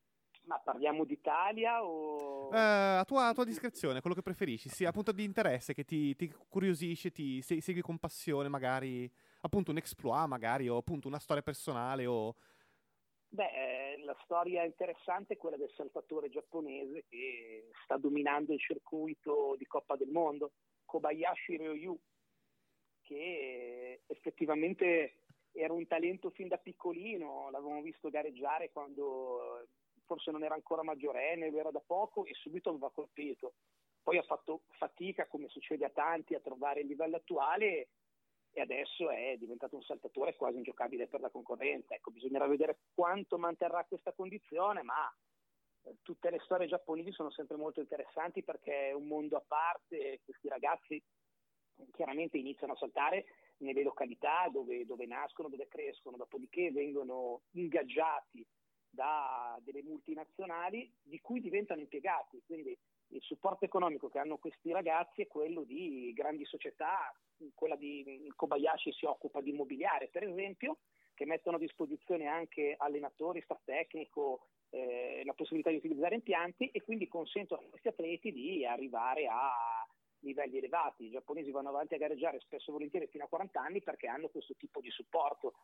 Ma parliamo d'Italia o... A tua discrezione, quello che preferisci, sia appunto di interesse, che ti curiosisce, segui con passione, magari appunto un exploit, magari, o appunto una storia personale, o... Beh, la storia interessante è quella del saltatore giapponese che sta dominando il circuito di Coppa del Mondo, Kobayashi Ryoyu, che effettivamente era un talento fin da piccolino, l'avevamo visto gareggiare quando forse non era ancora maggiorenne, era da poco e subito aveva colpito. Poi ha fatto fatica, come succede a tanti, a trovare il livello attuale e adesso è diventato un saltatore quasi ingiocabile per la concorrenza. Ecco, bisognerà vedere quanto manterrà questa condizione, ma tutte le storie giapponesi sono sempre molto interessanti perché è un mondo a parte. Questi ragazzi chiaramente iniziano a saltare nelle località dove nascono, dove crescono, dopodiché vengono ingaggiati da delle multinazionali di cui diventano impiegati, quindi il supporto economico che hanno questi ragazzi è quello di grandi società, quella di Kobayashi si occupa di immobiliare per esempio, che mettono a disposizione anche allenatori, staff tecnico, la possibilità di utilizzare impianti e quindi consentono a questi atleti di arrivare a livelli elevati. I giapponesi vanno avanti a gareggiare spesso e volentieri fino a 40 anni perché hanno questo tipo di supporto.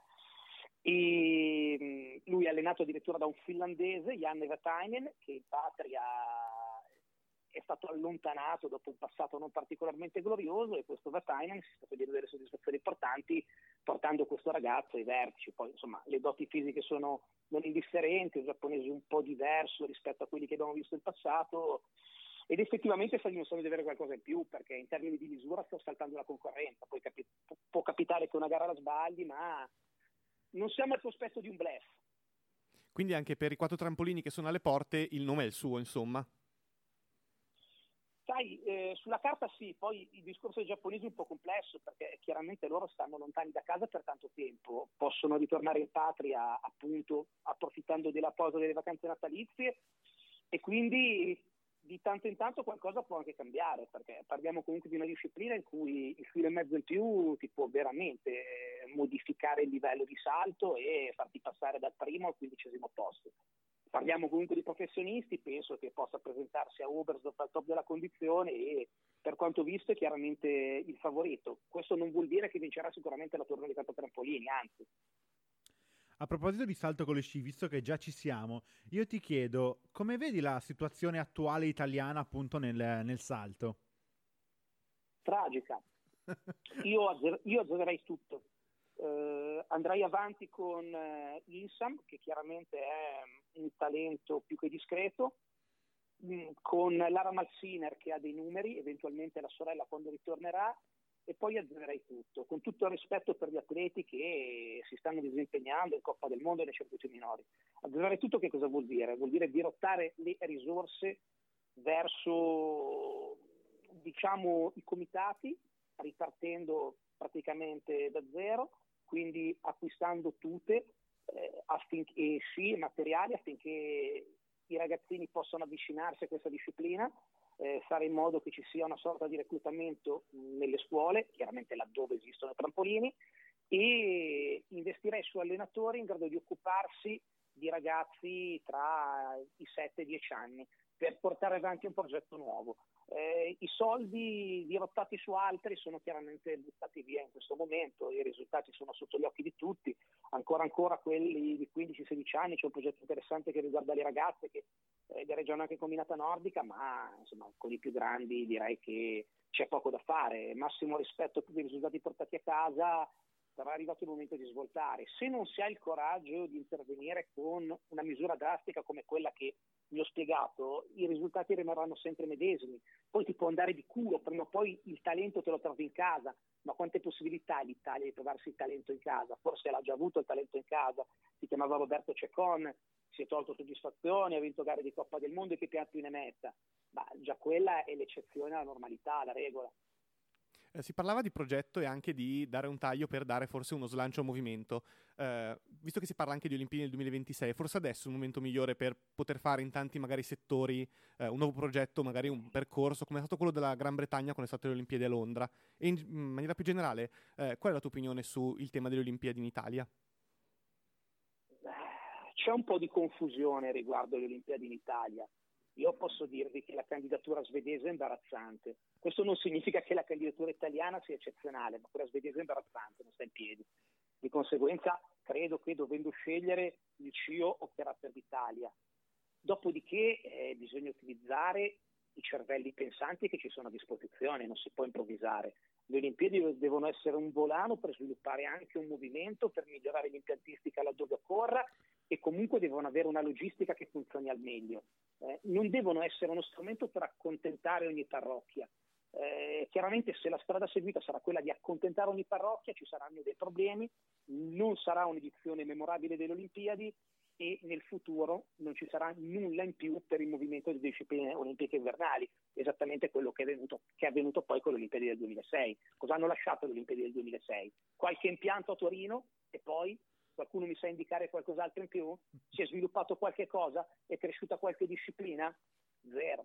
E lui è allenato addirittura da un finlandese, Janne Vatainen, che in patria è stato allontanato dopo un passato non particolarmente glorioso, e questo Vatainen si sta togliendo delle soddisfazioni importanti portando questo ragazzo ai vertici. Poi insomma le doti fisiche sono non indifferenti, un giapponese un po' diverso rispetto a quelli che abbiamo visto in passato, ed effettivamente sta dimostrando di avere qualcosa in più, perché in termini di misura sta saltando la concorrenza. Poi può capitare che una gara la sbagli, ma non siamo al cospetto di un bluff. Quindi anche per i 4 trampolini che sono alle porte il nome è il suo, insomma. Sai, sulla carta sì, poi il discorso dei giapponesi è un po' complesso perché chiaramente loro stanno lontani da casa per tanto tempo, possono ritornare in patria appunto approfittando della pausa delle vacanze natalizie e quindi di tanto in tanto qualcosa può anche cambiare, perché parliamo comunque di una disciplina in cui il filo e mezzo in più ti può veramente modificare il livello di salto e farti passare dal primo al 15° posto. Parliamo comunque di professionisti, penso che possa presentarsi a Oberstdorf al top della condizione e per quanto visto è chiaramente il favorito. Questo non vuol dire che vincerà sicuramente la torneo di campo trampolini, anzi. A proposito di salto con le sci, visto che già ci siamo, io ti chiedo, come vedi la situazione attuale italiana appunto nel salto? Tragica. Io azzererei tutto. Andrei avanti con Insam, che chiaramente è un talento più che discreto, con Lara Malsiner che ha dei numeri, eventualmente la sorella quando ritornerà, e poi azzererei tutto, con tutto il rispetto per gli atleti che si stanno disimpegnando in Coppa del Mondo e nei circuiti minori. Azzerare tutto che cosa vuol dire? Vuol dire dirottare le risorse verso, diciamo, i comitati, ripartendo praticamente da zero, quindi acquistando tute affinché sci e materiali affinché i ragazzini possano avvicinarsi a questa disciplina, fare in modo che ci sia una sorta di reclutamento nelle scuole, chiaramente laddove esistono trampolini, e investirei su allenatori in grado di occuparsi di ragazzi tra i 7 e i 10 anni per portare avanti un progetto nuovo. I soldi dirottati su altri sono chiaramente buttati via in questo momento, i risultati sono sotto gli occhi di tutti, ancora quelli di 15-16 anni, c'è un progetto interessante che riguarda le ragazze che gareggiano anche con Minata Nordica, ma insomma con i più grandi direi che c'è poco da fare. Massimo rispetto per i risultati portati a casa, sarà arrivato il momento di svoltare. Se non si ha il coraggio di intervenire con una misura drastica come quella che vi ho spiegato, i risultati rimarranno sempre medesimi. Poi ti può andare di culo, prima o poi il talento te lo trovi in casa, ma quante possibilità ha l'Italia di trovarsi il talento in casa? Forse l'ha già avuto il talento in casa, si chiamava Roberto Cecon, si è tolto soddisfazioni, ha vinto gare di Coppa del Mondo e che piatti ne metta, ma già quella è l'eccezione alla normalità, alla regola. Si parlava di progetto e anche di dare un taglio per dare forse uno slancio al movimento. Visto che si parla anche di Olimpiadi nel 2026, forse adesso è un momento migliore per poter fare in tanti magari settori un nuovo progetto, magari un percorso, come è stato quello della Gran Bretagna quando è stato le Olimpiadi a Londra. E in maniera più generale, qual è la tua opinione sul tema delle Olimpiadi in Italia? C'è un po' di confusione riguardo le Olimpiadi in Italia. Io posso dirvi che la candidatura svedese è imbarazzante. Questo non significa che la candidatura italiana sia eccezionale, ma quella svedese è imbarazzante, non sta in piedi. Di conseguenza credo che dovendo scegliere il CIO opterà per l'Italia. Dopodiché bisogna utilizzare i cervelli pensanti che ci sono a disposizione, non si può improvvisare. Le Olimpiadi devono essere un volano per sviluppare anche un movimento, per migliorare l'impiantistica laddove occorra, e comunque devono avere una logistica che funzioni al meglio. Non devono essere uno strumento per accontentare ogni parrocchia. Chiaramente se la strada seguita sarà quella di accontentare ogni parrocchia ci saranno dei problemi, non sarà un'edizione memorabile delle Olimpiadi e nel futuro non ci sarà nulla in più per il movimento di discipline olimpiche invernali, esattamente quello che è avvenuto poi con le Olimpiadi del 2006. Cosa hanno lasciato le Olimpiadi del 2006? Qualche impianto a Torino e poi qualcuno mi sa indicare qualcos'altro in più? Si è sviluppato qualche cosa? È cresciuta qualche disciplina? Zero.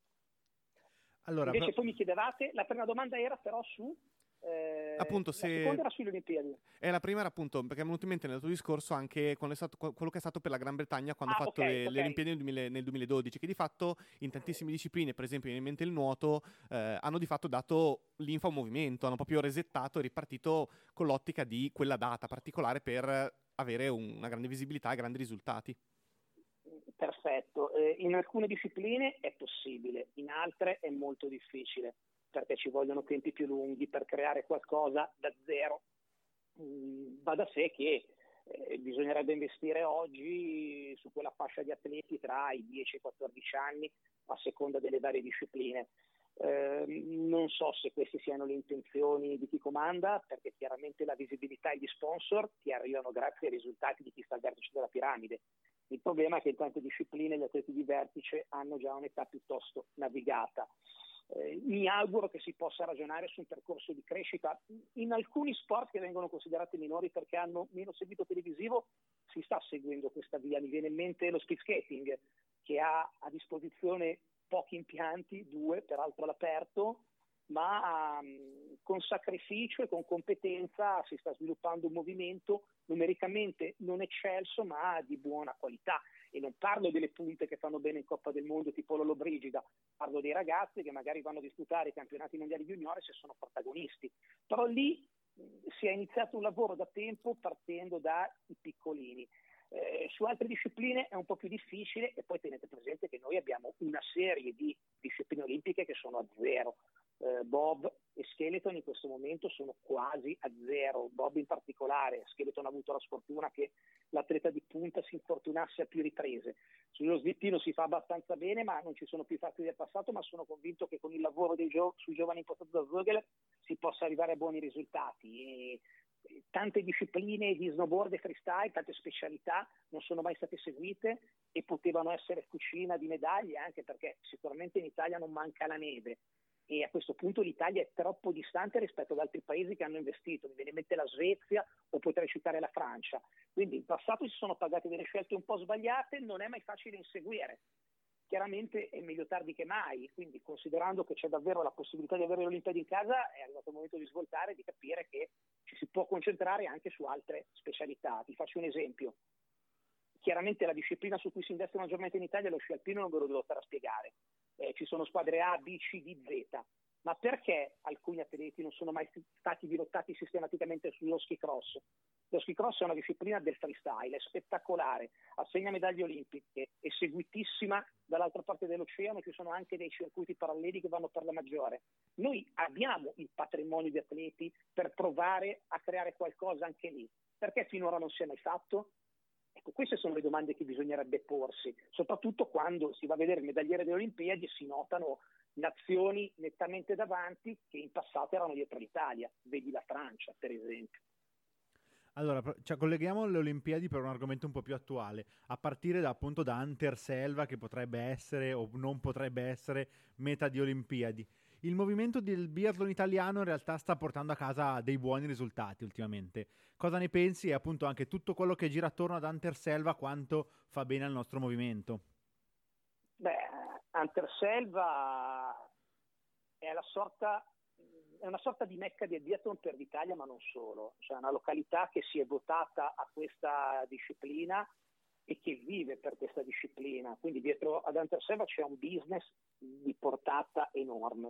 Allora, invece poi mi chiedevate, la prima domanda era però su appunto, la seconda era sulle Olimpiadi. La prima era appunto, perché è venuto in mente nel tuo discorso anche quando è stato, quello che è stato per la Gran Bretagna quando ha fatto le Olimpiadi nel 2012, che di fatto in tantissime discipline, per esempio in mente il nuoto, hanno di fatto dato linfa a un movimento, hanno proprio resettato e ripartito con l'ottica di quella data particolare per avere una grande visibilità e grandi risultati. Perfetto, in alcune discipline è possibile, in altre è molto difficile, perché ci vogliono tempi più lunghi per creare qualcosa da zero. Va da sé che bisognerebbe investire oggi su quella fascia di atleti tra i 10 e i 14 anni a seconda delle varie discipline. Non so se queste siano le intenzioni di chi comanda, perché chiaramente la visibilità e gli sponsor ti arrivano grazie ai risultati di chi sta al vertice della piramide. Il problema è che in tante discipline gli atleti di vertice hanno già un'età piuttosto navigata. Mi auguro che si possa ragionare su un percorso di crescita. In alcuni sport che vengono considerati minori perché hanno meno seguito televisivo si sta seguendo questa via. Mi viene in mente lo speed skating, che ha a disposizione pochi impianti, 2 peraltro all'aperto, ma con sacrificio e con competenza si sta sviluppando un movimento numericamente non eccelso ma di buona qualità. E non parlo delle punte che fanno bene in Coppa del Mondo tipo Lollobrigida, parlo dei ragazzi che magari vanno a disputare i campionati mondiali juniores e sono protagonisti. Però lì si è iniziato un lavoro da tempo partendo dai piccolini. Su altre discipline è un po' più difficile, e poi tenete presente che noi abbiamo una serie di discipline olimpiche che sono a zero. Bob e skeleton in questo momento sono quasi a zero. Bob in particolare, skeleton ha avuto la sfortuna che l'atleta di punta si infortunasse a più riprese. Sullo slittino si fa abbastanza bene, ma non ci sono più fatti del passato, ma sono convinto che con il lavoro sui giovani impostati da Vogel si possa arrivare a buoni risultati. E tante discipline di snowboard e freestyle, tante specialità non sono mai state seguite e potevano essere fucina di medaglie, anche perché sicuramente in Italia non manca la neve e a questo punto l'Italia è troppo distante rispetto ad altri paesi che hanno investito. Mi viene in mente la Svezia o potrei citare la Francia. Quindi in passato si sono pagate delle scelte un po' sbagliate, non è mai facile inseguire. Chiaramente è meglio tardi che mai, quindi considerando che c'è davvero la possibilità di avere le Olimpiadi in casa, è arrivato il momento di svoltare e di capire che ci si può concentrare anche su altre specialità. Vi faccio un esempio. Chiaramente la disciplina su cui si investe maggiormente in Italia è lo sci alpino, non ve lo devo stare a spiegare. Ci sono squadre A, B, C, D, Z. Ma perché alcuni atleti non sono mai stati dirottati sistematicamente sullo ski cross? Lo ski cross è una disciplina del freestyle, è spettacolare, assegna medaglie olimpiche, è seguitissima dall'altra parte dell'oceano, ci sono anche dei circuiti paralleli che vanno per la maggiore. Noi abbiamo il patrimonio di atleti per provare a creare qualcosa anche lì. Perché finora non si è mai fatto? Ecco, queste sono le domande che bisognerebbe porsi, soprattutto quando si va a vedere il medagliere delle Olimpiadi e si notano nazioni nettamente davanti che in passato erano dietro l'Italia, vedi la Francia per esempio. Allora, colleghiamo le Olimpiadi per un argomento un po' più attuale, a partire appunto da Hunter Selva, che potrebbe essere o non potrebbe essere meta di Olimpiadi. Il movimento del biathlon italiano in realtà sta portando a casa dei buoni risultati ultimamente. Cosa ne pensi? E appunto anche tutto quello che gira attorno ad Hunter Selva, quanto fa bene al nostro movimento? Hunter Selva è una sorta di mecca del biathlon per l'Italia, ma non solo. Cioè una località che si è votata a questa disciplina e che vive per questa disciplina, quindi dietro ad Anterselva c'è un business di portata enorme.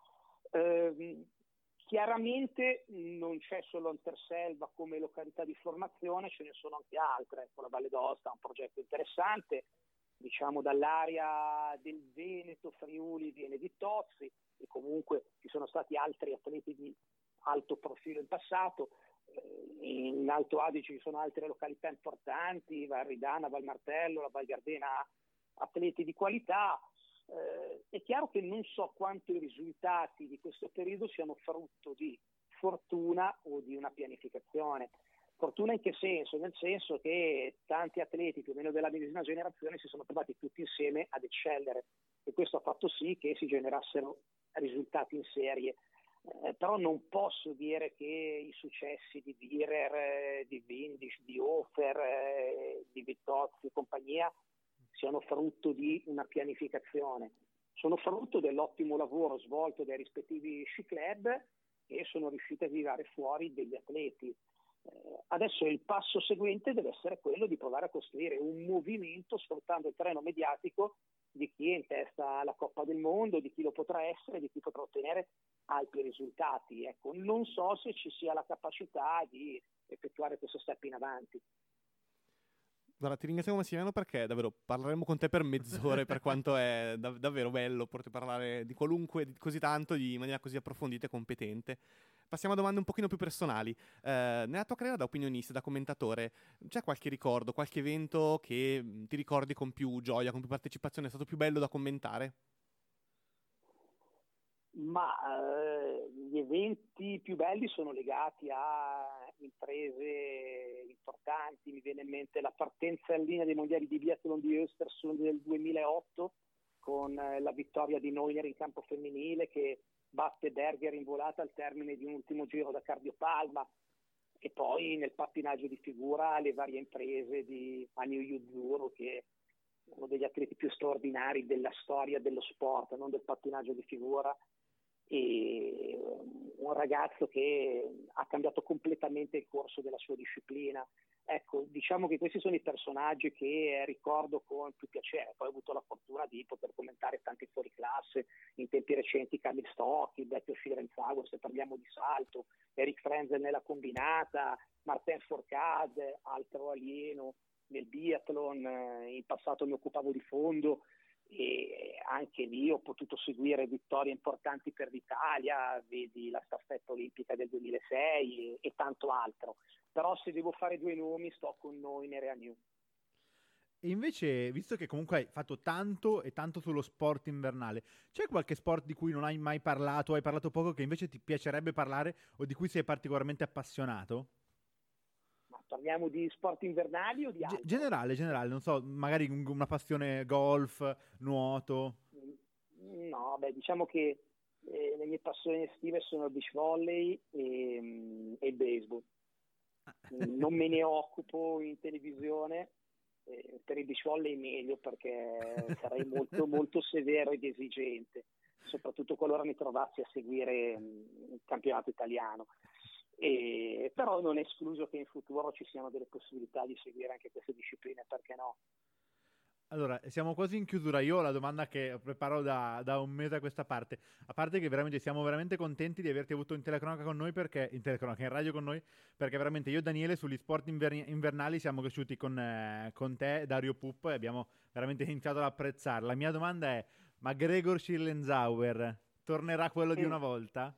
Chiaramente non c'è solo Anterselva come località di formazione, ce ne sono anche altre. La Valle d'Aosta è un progetto interessante, diciamo dall'area del Veneto, Friuli viene di Tozzi, e comunque ci sono stati altri atleti di alto profilo in passato. In Alto Adige ci sono altre località importanti, Val Ridana, Val Martello, la Val Gardena, atleti di qualità. È chiaro che non so quanto i risultati di questo periodo siano frutto di fortuna o di una pianificazione. Fortuna in che senso? Nel senso che tanti atleti più o meno della medesima generazione si sono trovati tutti insieme ad eccellere, e questo ha fatto sì che si generassero risultati in serie. Però non posso dire che i successi di Virer, di Windisch, di Hofer, di Vittozzi e compagnia siano frutto di una pianificazione, sono frutto dell'ottimo lavoro svolto dai rispettivi sci club, e sono riusciti a tirare fuori degli atleti. Adesso il passo seguente deve essere quello di provare a costruire un movimento sfruttando il terreno mediatico di chi è in testa alla Coppa del Mondo, di chi lo potrà essere, di chi potrà ottenere alti risultati. Ecco, non so se ci sia la capacità di effettuare questo step in avanti. Guarda, ti ringraziamo Massimiliano, perché davvero parleremo con te per mezz'ore, per quanto è davvero bello poter parlare di qualunque, di così tanto, di maniera così approfondita e competente. Passiamo a domande un pochino più personali. Nella tua carriera da opinionista, da commentatore, c'è qualche ricordo, qualche evento che ti ricordi con più gioia, con più partecipazione, è stato più bello da commentare? Ma gli eventi più belli sono legati a imprese importanti. Mi viene in mente la partenza in linea dei mondiali di biathlon di Östersund del 2008, con la vittoria di Neuner in campo femminile, che batte Berger in volata al termine di un ultimo giro da cardiopalma, e poi nel pattinaggio di figura le varie imprese di Anio Yuzuru, che è uno degli atleti più straordinari della storia dello sport, non del pattinaggio di figura, e un ragazzo che ha cambiato completamente il corso della sua disciplina. Ecco, diciamo che questi sono i personaggi che ricordo con più piacere. Poi ho avuto la fortuna di poter commentare tanti fuoriclasse in tempi recenti, Kamil Stock, il vecchio Schirenzauer, se parliamo di salto, Eric Frenzel nella combinata, Martin Fourcade, altro alieno nel biathlon. In passato mi occupavo di fondo, e anche lì ho potuto seguire vittorie importanti per l'Italia, vedi la staffetta olimpica del 2006 e tanto altro. Però se devo fare due nomi sto con Neuner e Aniu. E invece, visto che comunque hai fatto tanto e tanto sullo sport invernale, c'è qualche sport di cui non hai mai parlato, o hai parlato poco, che invece ti piacerebbe parlare o di cui sei particolarmente appassionato? Ma parliamo di sport invernali o di altro? Generale, non so, magari una passione golf, nuoto. No, beh, diciamo che le mie passioni estive sono il beach volley e il baseball. Non me ne occupo in televisione, per il beach volley meglio, perché sarei molto, molto severo ed esigente, soprattutto qualora mi trovassi a seguire il campionato italiano. Però non è escluso che in futuro ci siano delle possibilità di seguire anche queste discipline, perché no? Allora, siamo quasi in chiusura. Io ho la domanda che preparo da un mese a questa parte. A parte che veramente siamo veramente contenti di averti avuto in telecronaca con noi, perché in radio con noi, perché veramente io e Daniele sugli sport invernali siamo cresciuti con te, Dario Pup, e abbiamo veramente iniziato ad apprezzare. La mia domanda è: ma Gregor Schlenzauer tornerà quello di una volta?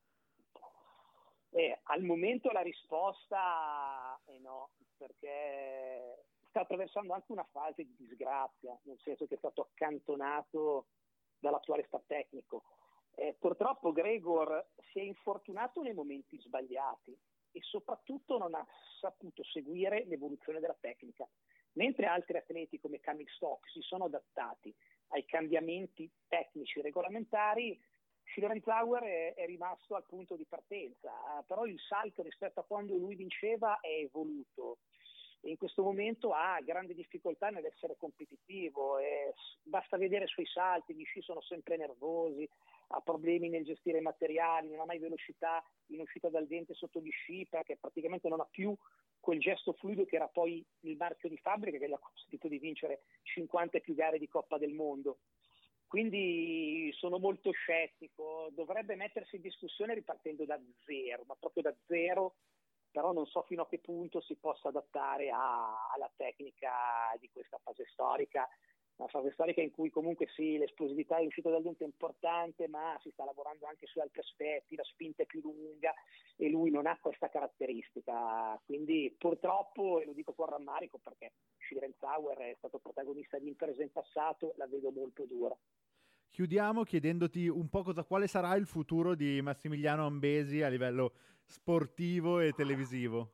Al momento la risposta è no, perché sta attraversando anche una fase di disgrazia, nel senso che è stato accantonato dall'attuale staff tecnico. Purtroppo Gregor si è infortunato nei momenti sbagliati e soprattutto non ha saputo seguire l'evoluzione della tecnica, mentre altri atleti come Kamil Stock si sono adattati ai cambiamenti tecnici regolamentari. Schirenzauer è rimasto al punto di partenza, però il salto rispetto a quando lui vinceva è evoluto e in questo momento ha grande difficoltà nell'essere competitivo. Basta vedere i suoi salti, gli sci sono sempre nervosi, ha problemi nel gestire i materiali, non ha mai velocità in uscita dal dente sotto gli sci, perché praticamente non ha più quel gesto fluido che era poi il marchio di fabbrica che gli ha consentito di vincere 50 e più gare di Coppa del Mondo. Quindi sono molto scettico, dovrebbe mettersi in discussione ripartendo da zero, ma proprio da zero, però non so fino a che punto si possa adattare alla tecnica di questa fase storica, una fase storica in cui comunque sì, l'esplosività in uscita dal dente è importante, ma si sta lavorando anche su altri aspetti, la spinta è più lunga e lui non ha questa caratteristica, quindi purtroppo, e lo dico con rammarico perché Schlierenzauer è stato protagonista di imprese in passato, la vedo molto dura. Chiudiamo chiedendoti un po' quale sarà il futuro di Massimiliano Ambesi a livello sportivo e televisivo.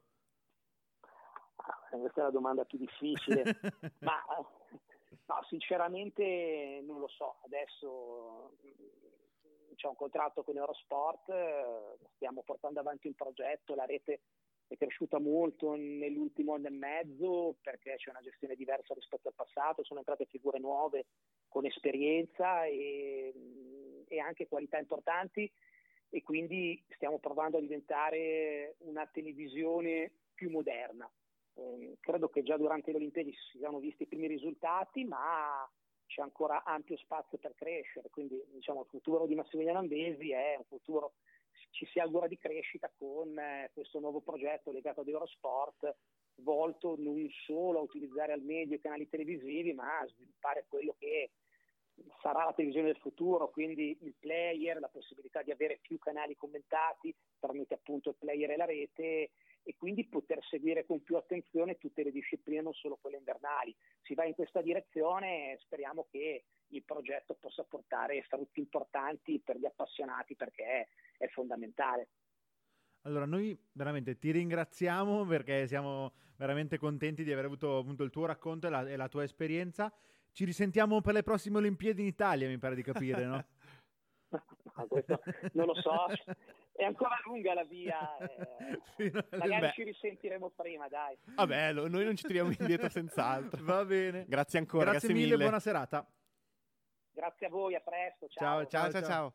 Questa è la domanda più difficile, ma no, sinceramente non lo so. Adesso c'è un contratto con Eurosport, stiamo portando avanti un progetto, la rete è cresciuta molto nell'ultimo anno e mezzo perché c'è una gestione diversa rispetto al passato, sono entrate figure nuove con esperienza e anche qualità importanti, e quindi stiamo provando a diventare una televisione più moderna. Credo che già durante le Olimpiadi si siano visti i primi risultati, ma c'è ancora ampio spazio per crescere, quindi diciamo il futuro di Massimiliano Ambesi è un futuro, ci si augura, di crescita con questo nuovo progetto legato ad Eurosport, volto non solo a utilizzare al meglio i canali televisivi, ma a sviluppare quello che sarà la televisione del futuro, quindi il player, la possibilità di avere più canali commentati tramite appunto il player e la rete, e quindi poter seguire con più attenzione tutte le discipline, non solo quelle invernali. Si va in questa direzione e speriamo che il progetto possa portare frutti importanti per gli appassionati, perché è fondamentale. Allora, noi veramente ti ringraziamo perché siamo veramente contenti di aver avuto appunto il tuo racconto e la tua esperienza. Ci risentiamo per le prossime Olimpiadi in Italia, mi pare di capire, no? No, questo non lo so, è ancora lunga la via, magari ci risentiremo prima, dai. Vabbè, noi non ci tiriamo indietro senz'altro. Va bene. Grazie ancora, Grazie mille, buona serata. Grazie a voi, a presto, ciao. Ciao.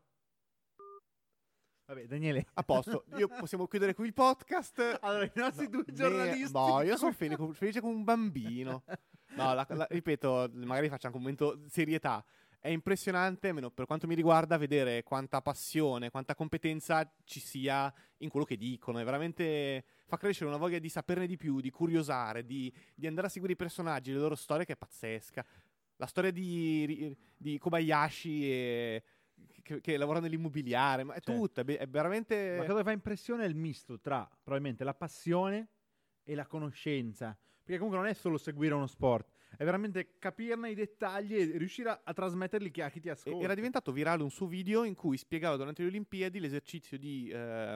Vabbè, Daniele. A posto, possiamo chiudere qui il podcast. Allora, i nostri due giornalisti. No, io sono felice come un bambino. No, ripeto, magari facciamo un momento serietà. È impressionante, almeno per quanto mi riguarda, vedere quanta passione, quanta competenza ci sia in quello che dicono. È veramente, fa crescere una voglia di saperne di più, di curiosare, di andare a seguire i personaggi, le loro storie, che è pazzesca. La storia di Kobayashi che lavora nell'immobiliare, ma è tutto, è veramente... Ma cosa fa impressione è il misto tra probabilmente la passione e la conoscenza, perché comunque non è solo seguire uno sport, è veramente capirne i dettagli e riuscire a trasmetterli a chi ti ascolta. Era diventato virale un suo video in cui spiegava durante le Olimpiadi l'esercizio di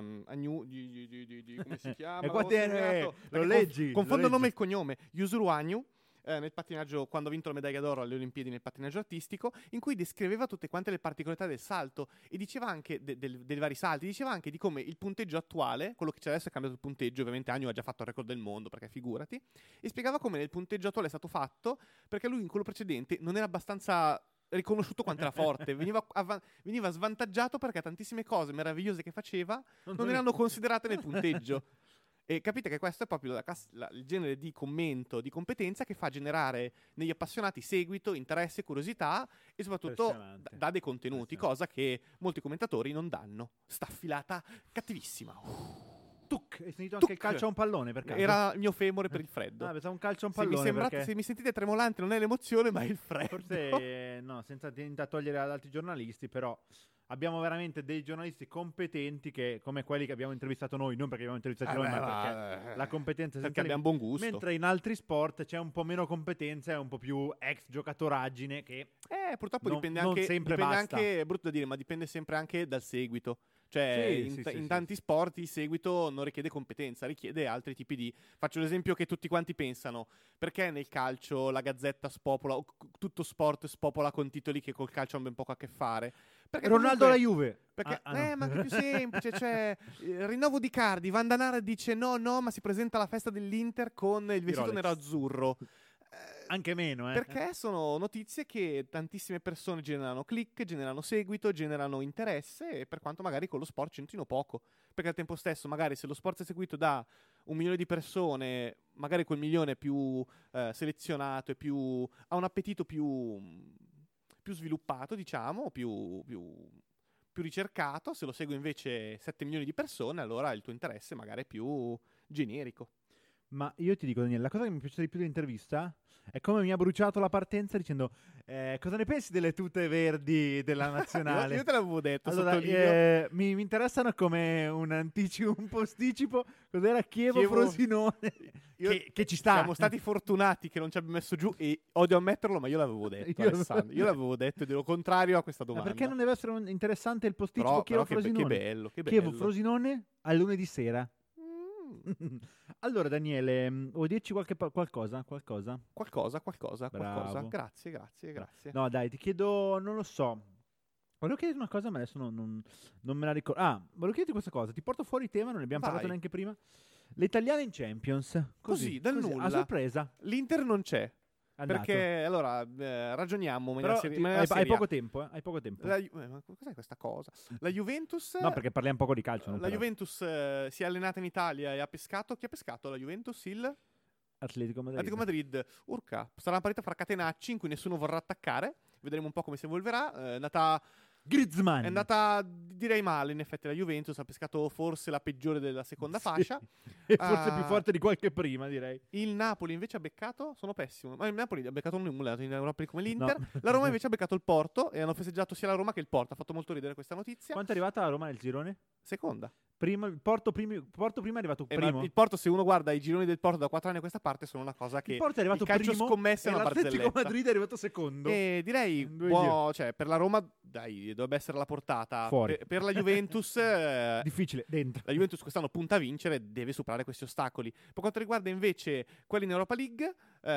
come si chiama? E qua lo leggi. Confondo il nome e il cognome. Yuzuru Hanyu, nel pattinaggio, quando ha vinto la medaglia d'oro alle Olimpiadi nel pattinaggio artistico, in cui descriveva tutte quante le particolarità del salto e diceva anche dei vari salti, diceva anche di come il punteggio attuale, quello che c'è adesso è cambiato il punteggio, ovviamente Agnew ha già fatto il record del mondo, perché figurati, e spiegava come nel punteggio attuale è stato fatto perché lui in quello precedente non era abbastanza riconosciuto quanto era forte, veniva svantaggiato perché tantissime cose meravigliose che faceva non erano considerate nel punteggio. E capite che questo è proprio il genere di commento, di competenza che fa generare negli appassionati seguito, interesse, curiosità e soprattutto dà dei contenuti, cosa che molti commentatori non danno. Staffilata cattivissima. Tuc! Hai sentito anche il calcio a un pallone, per caso? Era il mio femore per il freddo. Pensavo un calcio a un pallone. Se mi sentite tremolante non è l'emozione, ma è il freddo. Forse no, senza togliere ad altri giornalisti, però abbiamo veramente dei giornalisti competenti come quelli che abbiamo intervistato noi, non perché abbiamo intervistato noi, ma perché la competenza è perché abbiamo buon gusto. Mentre in altri sport c'è un po' meno competenza e un po' più ex giocatoraggine che purtroppo dipende basta. anche, è brutto da dire, ma dipende sempre anche dal seguito. Cioè, in tanti sport il seguito non richiede competenza, richiede altri tipi di... Faccio l'esempio che tutti quanti pensano. Perché nel calcio la Gazzetta spopola, o tutto sport spopola con titoli che col calcio hanno ben poco a che fare? Perché Ronaldo alla Juve. Perché, no. ma anche più semplice, cioè, il rinnovo di Cardi, Van Danara dice no, ma si presenta alla festa dell'Inter con il vestito nero-azzurro. anche meno, Perché sono notizie che tantissime persone generano click, generano seguito, generano interesse, e per quanto magari con lo sport c'entrino poco. Perché al tempo stesso, magari se lo sport è seguito da 1 milione di persone, magari quel milione è più selezionato e ha un appetito più sviluppato, diciamo, più ricercato. Se lo segue invece 7 milioni di persone, allora il tuo interesse magari è più generico. Ma io ti dico, Daniele, la cosa che mi piace di più dell'intervista è come mi ha bruciato la partenza dicendo cosa ne pensi delle tute verdi della nazionale? Io te l'avevo detto, allora, sottolineo. mi interessano come un posticipo. Cos'era? Chievo-Frosinone. Che ci sta. Siamo stati fortunati che non ci abbia messo giù, e odio ammetterlo, ma io l'avevo detto, Alessandro. Io l'avevo detto ed ero contrario a questa domanda. Ma perché non deve essere interessante il posticipo Però Chievo-Frosinone? che bello, che bello. Chievo-Frosinone a lunedì sera. Allora, Daniele, vuoi dirci qualcosa? Qualcosa. Grazie. No, dai, ti chiedo, non lo so. Volevo chiedere una cosa, ma adesso non me la ricordo. Volevo chiederti questa cosa. Ti porto fuori tema, non ne abbiamo parlato neanche prima. Le italiane in Champions. Così, dal nulla. A sorpresa. L'Inter non c'è. Andato. Perché, allora, ragioniamo. Però hai poco tempo, hai poco tempo. Ma cos'è questa cosa? La Juventus... No, perché parliamo poco di calcio. La Juventus si è allenata in Italia e ha pescato. Chi ha pescato la Juventus? Il... Atletico Madrid. Urca. Sarà una partita fra catenacci in cui nessuno vorrà attaccare. Vedremo un po' come si evolverà. È andata... Griezmann. È andata, direi, male. In effetti la Juventus ha pescato forse la peggiore della seconda fascia. E forse più forte di qualche prima, direi. Il Napoli invece ha beccato, sono pessimo, ma il Napoli ha beccato un nulla in Europa come l'Inter. No. La Roma invece ha beccato il Porto e hanno festeggiato sia la Roma che il Porto. Ha fatto molto ridere questa notizia. Quanto è arrivata la Roma nel girone? Seconda. Il Porto prima è arrivato primo. Il Porto, se uno guarda i gironi del Porto da 4 anni a questa parte, sono una cosa che il Porto è arrivato il calcio primo scommesse è una barzelletta. L'Atletico Madrid è arrivato secondo. E direi cioè, per la Roma dai, dovrebbe essere la portata. Fuori. Per la Juventus difficile, dentro. La Juventus quest'anno punta a vincere, deve superare questi ostacoli. Per quanto riguarda invece quelli in Europa League,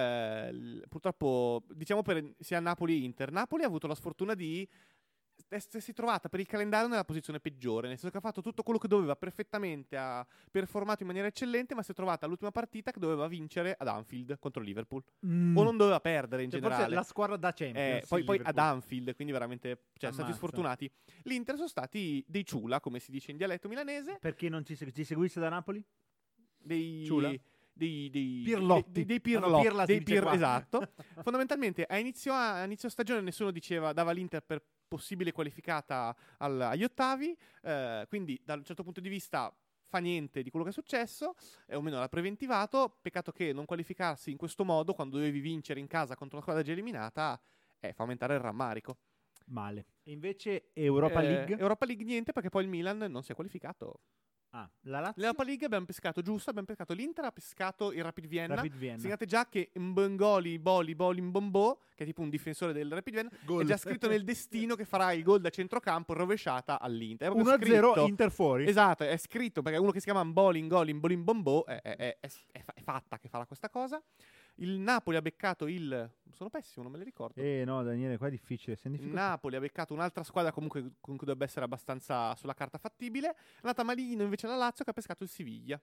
purtroppo diciamo sia Napoli e Inter. Napoli ha avuto la sfortuna di essersi trovata per il calendario nella posizione peggiore, nel senso che ha fatto tutto quello che doveva perfettamente, ha performato in maniera eccellente, ma si è trovata all'ultima partita che doveva vincere ad Anfield contro Liverpool o non doveva perdere in generale. Forse la squadra da Champions. Poi ad Anfield, quindi veramente stati sfortunati. L'Inter sono stati dei ciula, come si dice in dialetto milanese. Per chi non ci seguisse da Napoli? Dei ciula? Dei pirlotti. Dei pirlotti. Esatto. Fondamentalmente a inizio stagione nessuno dava l'Inter per possibile qualificata agli ottavi, quindi da un certo punto di vista fa niente di quello che è successo, o meno l'ha preventivato. Peccato che non qualificarsi in questo modo quando dovevi vincere in casa contro una squadra già eliminata fa aumentare il rammarico. Male. E invece Europa League? Europa League niente, perché poi il Milan non si è qualificato. La Lazio? L'Europa League abbiamo pescato l'Inter, ha pescato il Rapid Vienna. Segnate già che Mbongoli Boli Mbombo, che è tipo un difensore del Rapid Vienna, è già scritto nel destino che farà il gol da centrocampo rovesciata all'Inter. 1-0 Inter fuori. Esatto, è scritto perché uno che si chiama Mboli Mbombo è fatta che farà questa cosa. Il Napoli ha beccato sono pessimo, non me le ricordo. No, Daniele, qua è difficile. Il Napoli ha beccato un'altra squadra comunque con cui dovrebbe essere abbastanza sulla carta fattibile. È andata malino invece la Lazio, che ha pescato il Siviglia.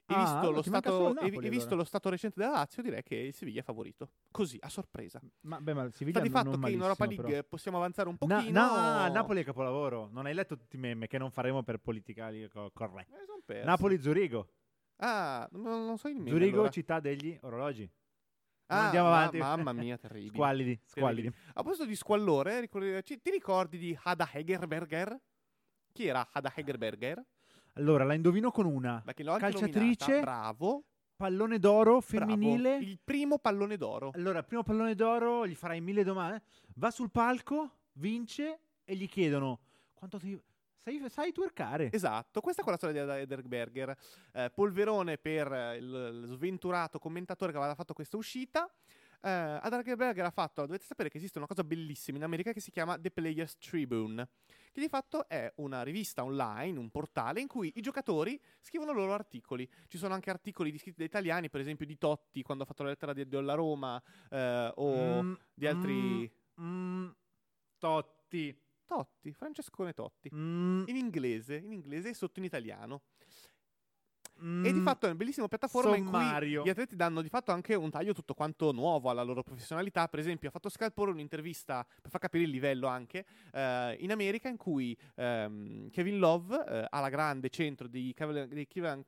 Visto lo stato recente della Lazio, direi che il Siviglia è favorito. Così, a sorpresa. Ma il Siviglia sta di fatto che in Europa League però possiamo avanzare un pochino. Napoli è capolavoro. Non hai letto tutti i meme che non faremo per politicali corretti. Napoli-Zurigo. Non so i meme. Zurigo, allora. Città degli orologi. Andiamo avanti. Mamma mia, terribile. Squallidi. A proposito di squallore, ti ricordi di Hada Hegerberger? Chi era Hada Hegerberger? Allora, la indovino con una calciatrice. Bravo. Pallone d'oro femminile. Bravo. Il primo pallone d'oro. Allora, il primo pallone d'oro, gli farai 1000 domande. Va sul palco, vince e gli chiedono quanto sai twerkare. Esatto, questa è quella storia di Ederberger. Polverone per il sventurato commentatore che aveva fatto questa uscita. Ederberger ha fatto, dovete sapere che esiste una cosa bellissima in America che si chiama The Players Tribune, che di fatto è una rivista online, un portale in cui i giocatori scrivono loro articoli. Ci sono anche articoli scritti da italiani, per esempio di Totti quando ha fatto la lettera di addio alla Roma, o di altri... Totti, Francescone Totti, in inglese e sotto in italiano. E di fatto è una bellissima piattaforma in sommario. cui gli atleti danno di fatto anche un taglio tutto quanto nuovo alla loro professionalità. Per esempio, ha fatto Scalpore un'intervista per far capire il livello anche in America, in cui Kevin Love, alla grande centro dei Cleveland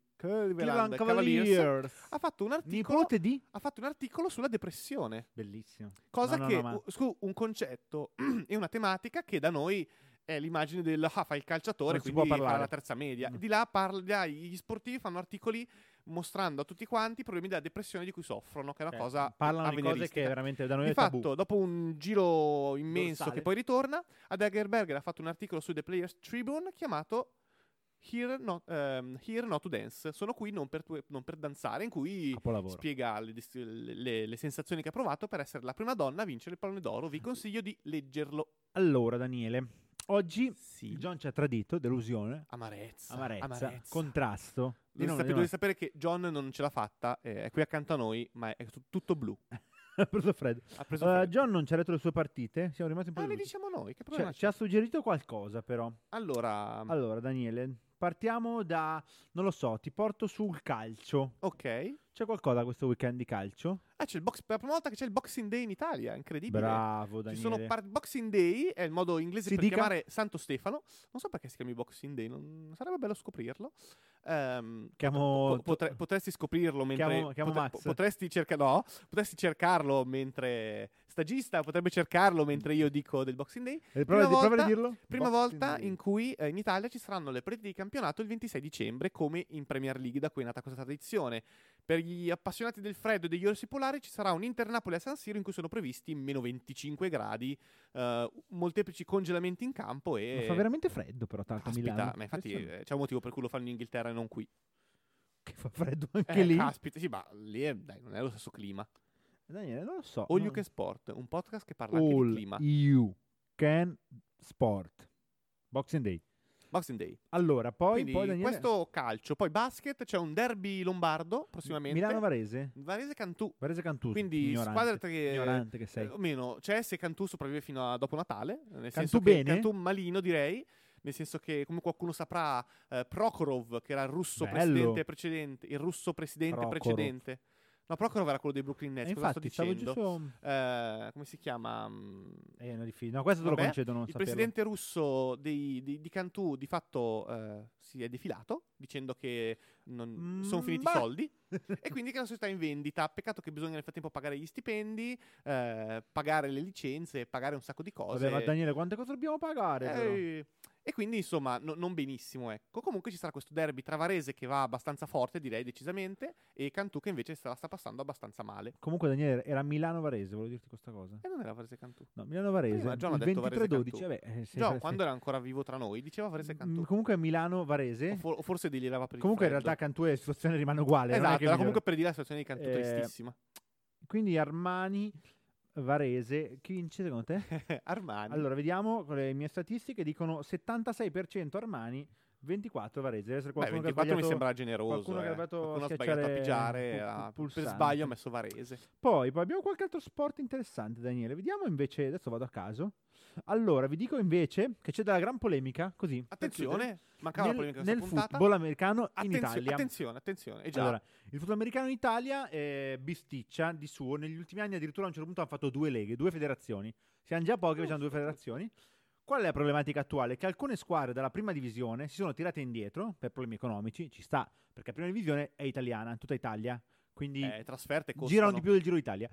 Cavaliers, ha fatto un articolo. Nipote di? Ha fatto un articolo sulla depressione. Bellissimo. Cosa No, che ma- su un concetto e una tematica che da noi è l'immagine del fa il calciatore, Non si quindi può fa parlare. la terza media. No. Di là gli sportivi fanno articoli mostrando a tutti quanti i problemi della depressione di cui soffrono, che è una cosa parlano di cose avveniristica. che veramente da noi Di è tabù. fatto, dopo un giro immenso Dorsale. che poi ritorna, ad Egerberger ha fatto un articolo su The Players Tribune chiamato Here Not to Dance. Sono qui non per danzare, in cui Capolavoro. spiega le sensazioni che ha provato per essere la prima donna a vincere il pallone d'oro. Vi consiglio di leggerlo. Allora, Daniele, oggi Sì. John ci ha tradito, delusione, Amarezza. amarezza, contrasto. Dovete sapere che John non ce l'ha fatta, è qui accanto a noi, ma è tutto blu. Ha preso freddo. Ha preso freddo. John non ci ha detto le sue partite, siamo rimasti un po' le delusi. diciamo noi, che Ci problema ha- c'è? ci ha suggerito qualcosa però. Allora, Allora, Daniele, partiamo da, non lo so, ti porto sul calcio. ok. C'è qualcosa questo weekend di calcio? C'è per la prima volta che c'è il Boxing Day in Italia, incredibile. Bravo, Ci Daniele. sono Boxing Day, è il modo inglese Si per dica? chiamare Santo Stefano. Non so perché si chiami Boxing Day, non sarebbe bello scoprirlo. Chiamo- Potresti scoprirlo mentre Chiamo Max. potresti cercarlo mentre stagista, potrebbe cercarlo mentre io dico del Boxing Day. Prova a volta- dirlo. Prima Boxing volta Day. in cui in Italia ci saranno le partite di campionato il 26 dicembre, come in Premier League, da cui è nata questa tradizione. Per gli appassionati del freddo e degli orsi polari ci sarà un Inter-Napoli a San Siro in cui sono previsti meno 25 gradi, molteplici congelamenti in campo Ma e... fa veramente freddo però tanto a Caspita, Milano. ma infatti Impressionante. c'è un motivo per cui lo fanno in Inghilterra e non qui. Che fa freddo anche lì. Caspita, sì, ma lì dai, non è lo stesso clima. Daniele, non lo so. All no. You Can Sport, un podcast che parla anche All di clima. You Can Sport. Boxing Day. Boxing Day. Allora, poi Quindi Daniele, questo calcio, poi basket, c'è un derby lombardo prossimamente. Milano-Varese. Varese-Cantù. Varese Cantù. Quindi ignorante. squadra che Ignorante che sei. o meno c'è se Cantù sopravvive fino a dopo Natale, nel Cantù senso bene? che Cantù malino direi, nel senso che come qualcuno saprà Prokhorov, che era il russo Bello. presidente precedente, Prokhorov. precedente. No, Prokhorov era quello dei Brooklyn Nets, cosa sto Infatti, stavo dicendo? giusto. Come si chiama? No, no, questo te lo Vabbè, concedo, non il saperlo. presidente russo di Cantù di fatto si è defilato dicendo che sono finiti i bah. soldi e quindi che la società è in vendita. Peccato che bisogna nel frattempo pagare gli stipendi, pagare le licenze, pagare un sacco di cose. Vabbè, ma Daniele, quante cose dobbiamo pagare? però? E quindi insomma non benissimo, ecco. Comunque ci sarà questo derby tra Varese che va abbastanza forte, direi decisamente, e Cantù che invece se la sta passando abbastanza male. Comunque, Daniele, era Milano-Varese, volevo dirti questa cosa. E non era Varese Cantù. No, Milano-Varese. Prima John ha Il detto 23-12. Varese-Cantù. Vabbè, Già, quando era ancora vivo tra noi, diceva Varese Cantù. Comunque Milano-Varese. O forse delirava per il Comunque in freddo. realtà Cantù e la situazione rimane uguale. non è Esatto, che era migliora. comunque per dire la situazione di Cantù tristissima. Quindi Armani, Varese, chi vince secondo te? Armani. Allora, vediamo con le mie statistiche, dicono 76% Armani, 24 Varese. Deve essere Beh, qualcuno 24 mi che ha sembra generoso. qualcuno che ha sbagliato Qualcuno ha a sbagliato a schiacciare pigiare, per pulsante. sbaglio ha messo Varese. Poi abbiamo qualche altro sport interessante, Daniele. Vediamo invece, adesso vado a caso. Allora, vi dico invece che c'è della gran polemica, così. per Attenzione, chiudere, mancava la polemica nel questa puntata. football americano in Attenzione, Italia. attenzione. E già. Allora, il football americano in Italia bisticcia di suo. Negli ultimi anni addirittura a un certo punto hanno fatto 2 leghe, 2 federazioni. Siamo già pochi, facciamo 2 federazioni. Qual è la problematica attuale? Che alcune squadre dalla prima divisione si sono tirate indietro per problemi economici, ci sta, perché la prima divisione è italiana, tutta Italia, quindi trasferte costano. girano di più del Giro d'Italia.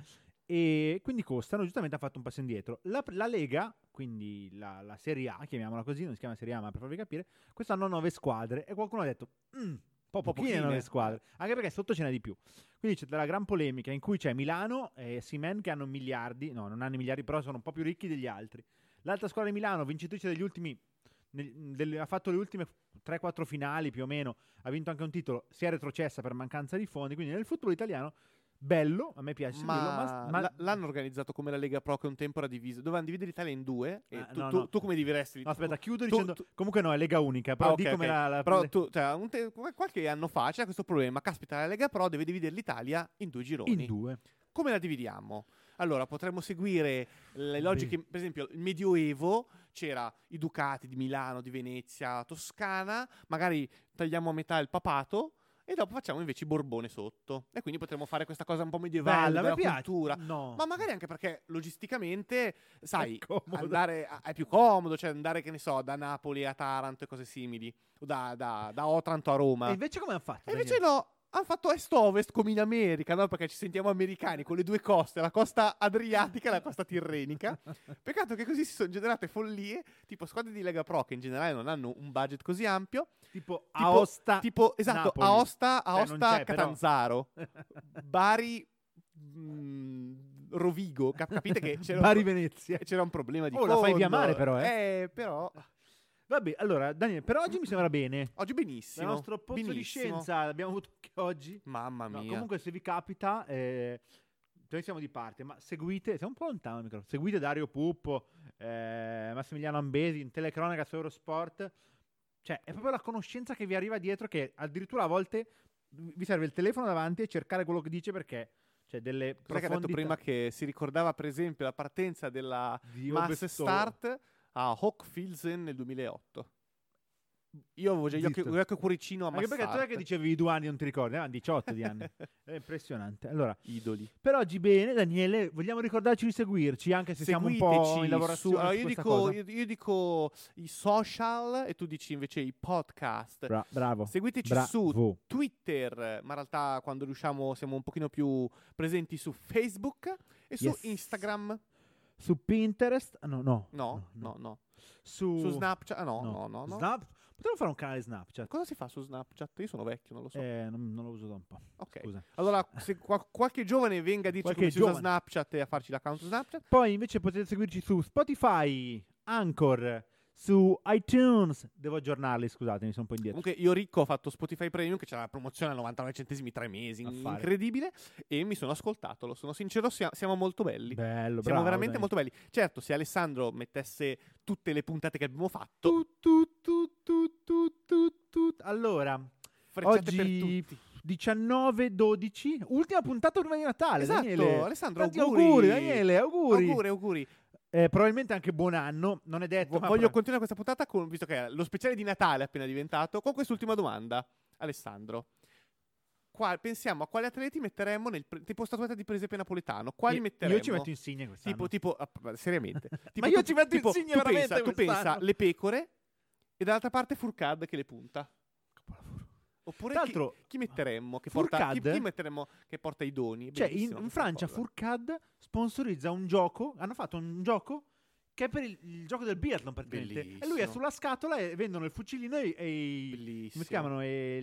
E quindi costano, giustamente ha fatto un passo indietro. La Lega, quindi la Serie A, chiamiamola così, non si chiama Serie A ma per farvi capire, quest'anno ha 9 squadre e qualcuno ha detto un po' pochine pochine. 9 squadre, anche perché sotto ce n'è di più. Quindi c'è della gran polemica in cui c'è Milano e Simen che hanno miliardi, no non hanno miliardi però sono un po' più ricchi degli altri. L'altra squadra di Milano, vincitrice degli ultimi ha fatto le ultime 3-4 finali più o meno, ha vinto anche un titolo, si è retrocessa per mancanza di fondi, quindi nel football italiano bello, a me piace sentirlo, ma l'hanno organizzato come la Lega Pro che un tempo era divisa. Dovevano dividere l'Italia in due. E no. tu come divideresti? no, aspetta, chiudo tu- dicendo tu- comunque no, è Lega Unica, però ok, di come ok. Però tu, qualche anno fa c'era questo problema. Caspita, la Lega Pro deve dividere l'Italia in 2 gironi. in 2. Come la dividiamo? Allora, potremmo seguire le logiche, per esempio, il Medioevo, c'era i Ducati di Milano, di Venezia, Toscana, magari tagliamo a metà il papato, e dopo facciamo invece i Borbone sotto. E quindi potremmo fare questa cosa un po' medievale Bella, della mi piace. cultura. No. Ma magari anche perché logisticamente, sai, È comodo. è più comodo, cioè andare, che ne so, da Napoli a Taranto e cose simili, o da Otranto a Roma. E invece come hanno fatto? E invece no, hanno fatto est-ovest come in America, no? Perché ci sentiamo americani con le due coste, la costa adriatica e la costa tirrenica. Peccato che così si sono generate follie, tipo squadre di Lega Pro che in generale non hanno un budget così ampio. Tipo Aosta, Esatto, Napoli. Aosta non c'è, però. Catanzaro, Bari, Rovigo. Capite che c'era Bari Venezia. c'era un problema di Oh, la fai fondo. via mare però, però Vabbè, allora, Daniele, per oggi mi sembra bene. oggi Il benissimo. nostro pozzo di benissimo. scienza l'abbiamo avuto anche oggi. Mamma No, mia. comunque, se vi capita, noi siamo di parte, ma seguite, siamo un po' lontano dal microfono, seguite Dario Puppo, Massimiliano Ambesi in telecronaca su Eurosport. Cioè, è proprio la conoscenza che vi arriva dietro, che addirittura a volte vi serve il telefono davanti e cercare quello che dice, perché c'è delle Perché ha detto profondità prima che si ricordava per esempio la partenza della di Mass Obesto. Start a Hochfilzen nel 2008. Io avevo già gli occhi Zitto. cuoricino a Anche perché tu Massart. è che dicevi 2 anni, non ti ricordi, 18 di anni. È impressionante. Allora, Idoli. per oggi bene, Daniele, vogliamo ricordarci di seguirci, anche se siamo un po' Seguiteci in lavorazione allora, su io questa dico, cosa. io dico i social e tu dici invece i podcast. Bravo. Seguiteci Bravo. su Twitter, ma in realtà quando riusciamo siamo un pochino più presenti su Facebook e su Yes. Instagram. Su Pinterest? No. No. Su Snapchat? No. Snap? Potremmo fare un canale Snapchat. Cosa si fa su Snapchat? Io sono vecchio, non lo so. Non lo uso da un po'. Ok. Scusa. Allora, se qualche giovane venga a dirci Qualche come si usa giovane. Snapchat e a farci l'account Snapchat. Poi invece potete seguirci su Spotify, Anchor, su iTunes. Devo aggiornarli, scusate, mi sono un po' indietro. Comunque io ricco ho fatto Spotify Premium che c'era la promozione a 99 centesimi 3 mesi, Affare. incredibile, e mi sono ascoltato, lo sono sincero, siamo molto belli. Bello, Siamo bravo, veramente dai. molto belli. Certo, se Alessandro mettesse tutte le puntate che abbiamo fatto, Allora, frecciate per oggi tutti. 19-12, ultima puntata prima di Natale. Esatto, Daniele. Alessandro, Tanti auguri. Daniele, auguri. Auguri. Probabilmente anche buon anno, non è detto. ma Voglio continuare questa puntata visto che è lo speciale di Natale è appena diventato, con quest'ultima domanda. Alessandro, pensiamo a quali atleti metteremmo nel tipo statuetta di presepe napoletano. Quali metteremmo? Io ci metto Insigne quest'anno. Seriamente. Ma io ci metto Insigne tu veramente tu quest'anno. pensa le pecore e dall'altra parte Fourcade che le punta. Oppure Tra l'altro, chi metteremmo che Fourcade- porta, chi metteremmo che porta i doni? È Cioè, bellissima in questa Francia cosa. Fourcade sponsorizza un gioco. Hanno fatto un gioco che è per il gioco del biathlon praticamente. Bellissimo. E lui è sulla scatola e vendono il fucilino e Bellissimo. come si chiamano?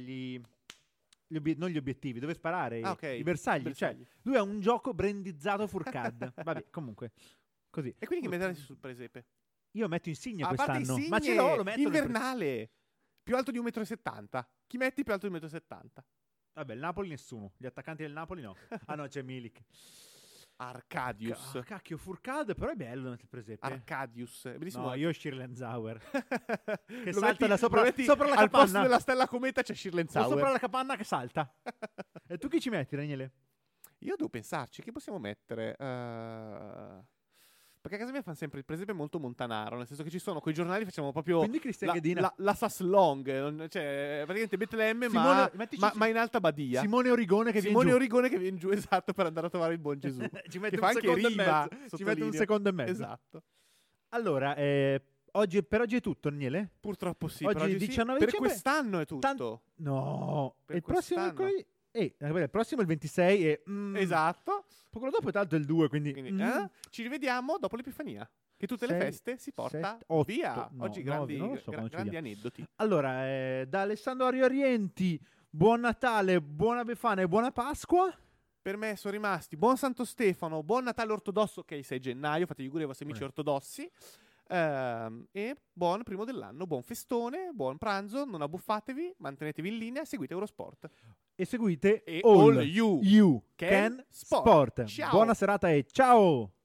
Non gli obiettivi, dove sparare, Ah, ok. i bersagli. Cioè, lui ha un gioco brandizzato Fourcade. Vabbè, comunque, così. E quindi chi metteresti sul presepe? Io metto Insigne A parte quest'anno. Insigne, Ma ce l'ho, lo metto. invernale. Più alto di 1,70 m. Chi metti più alto di 1,70 m? Vabbè, il Napoli nessuno. Gli attaccanti del Napoli no. Ah no, c'è Milik. Arcadius. Cacchio, Fourcade, però è bello nel presepe. Arcadius. È bellissimo. No, io Schirlenzauer. Che salta da sopra la al posto capanna. della stella cometa c'è O Schirlenzauer. sopra la capanna che salta. E tu chi ci metti, Daniele? Io devo pensarci, che possiamo mettere? Perché a casa mia fanno sempre il presepe molto montanaro, nel senso che ci sono quei giornali, facciamo proprio Quindi Cristian Ghedina. la Saslong, cioè praticamente Betlemme, mettici ma in Alta Badia. Simone Origone che Simone viene giù. Origone che viene giù, esatto, per andare a trovare il buon Gesù. Ci mette che un fa anche secondo e rima, mezzo. Ci mette un sottolineo. secondo e mezzo. Esatto. Allora, per oggi è tutto, Daniele? Purtroppo sì, Oggi per oggi 19 sì. Per dicembre, quest'anno è tutto. No. Per E il prossimo quest'anno. mercoledì... il prossimo è il 26 e... Esatto. Poco dopo tanto è il 2, quindi... Quindi, ci rivediamo dopo l'Epifania. Che tutte le Sei, feste si porta 7, 8, via. no, Oggi 9, non lo so quando ci grandi vediamo. aneddoti. Allora, da Alessandro Ariorienti, buon Natale, buona Befana e buona Pasqua. Per me sono rimasti buon Santo Stefano, buon Natale ortodosso, che è il 6 gennaio, fate gli auguri ai vostri amici ortodossi, e buon primo dell'anno, buon festone, buon pranzo, non abbuffatevi, mantenetevi in linea, seguite Eurosport. E seguite E All All You You Can Can Sport. Sport. Ciao. Buona serata e ciao!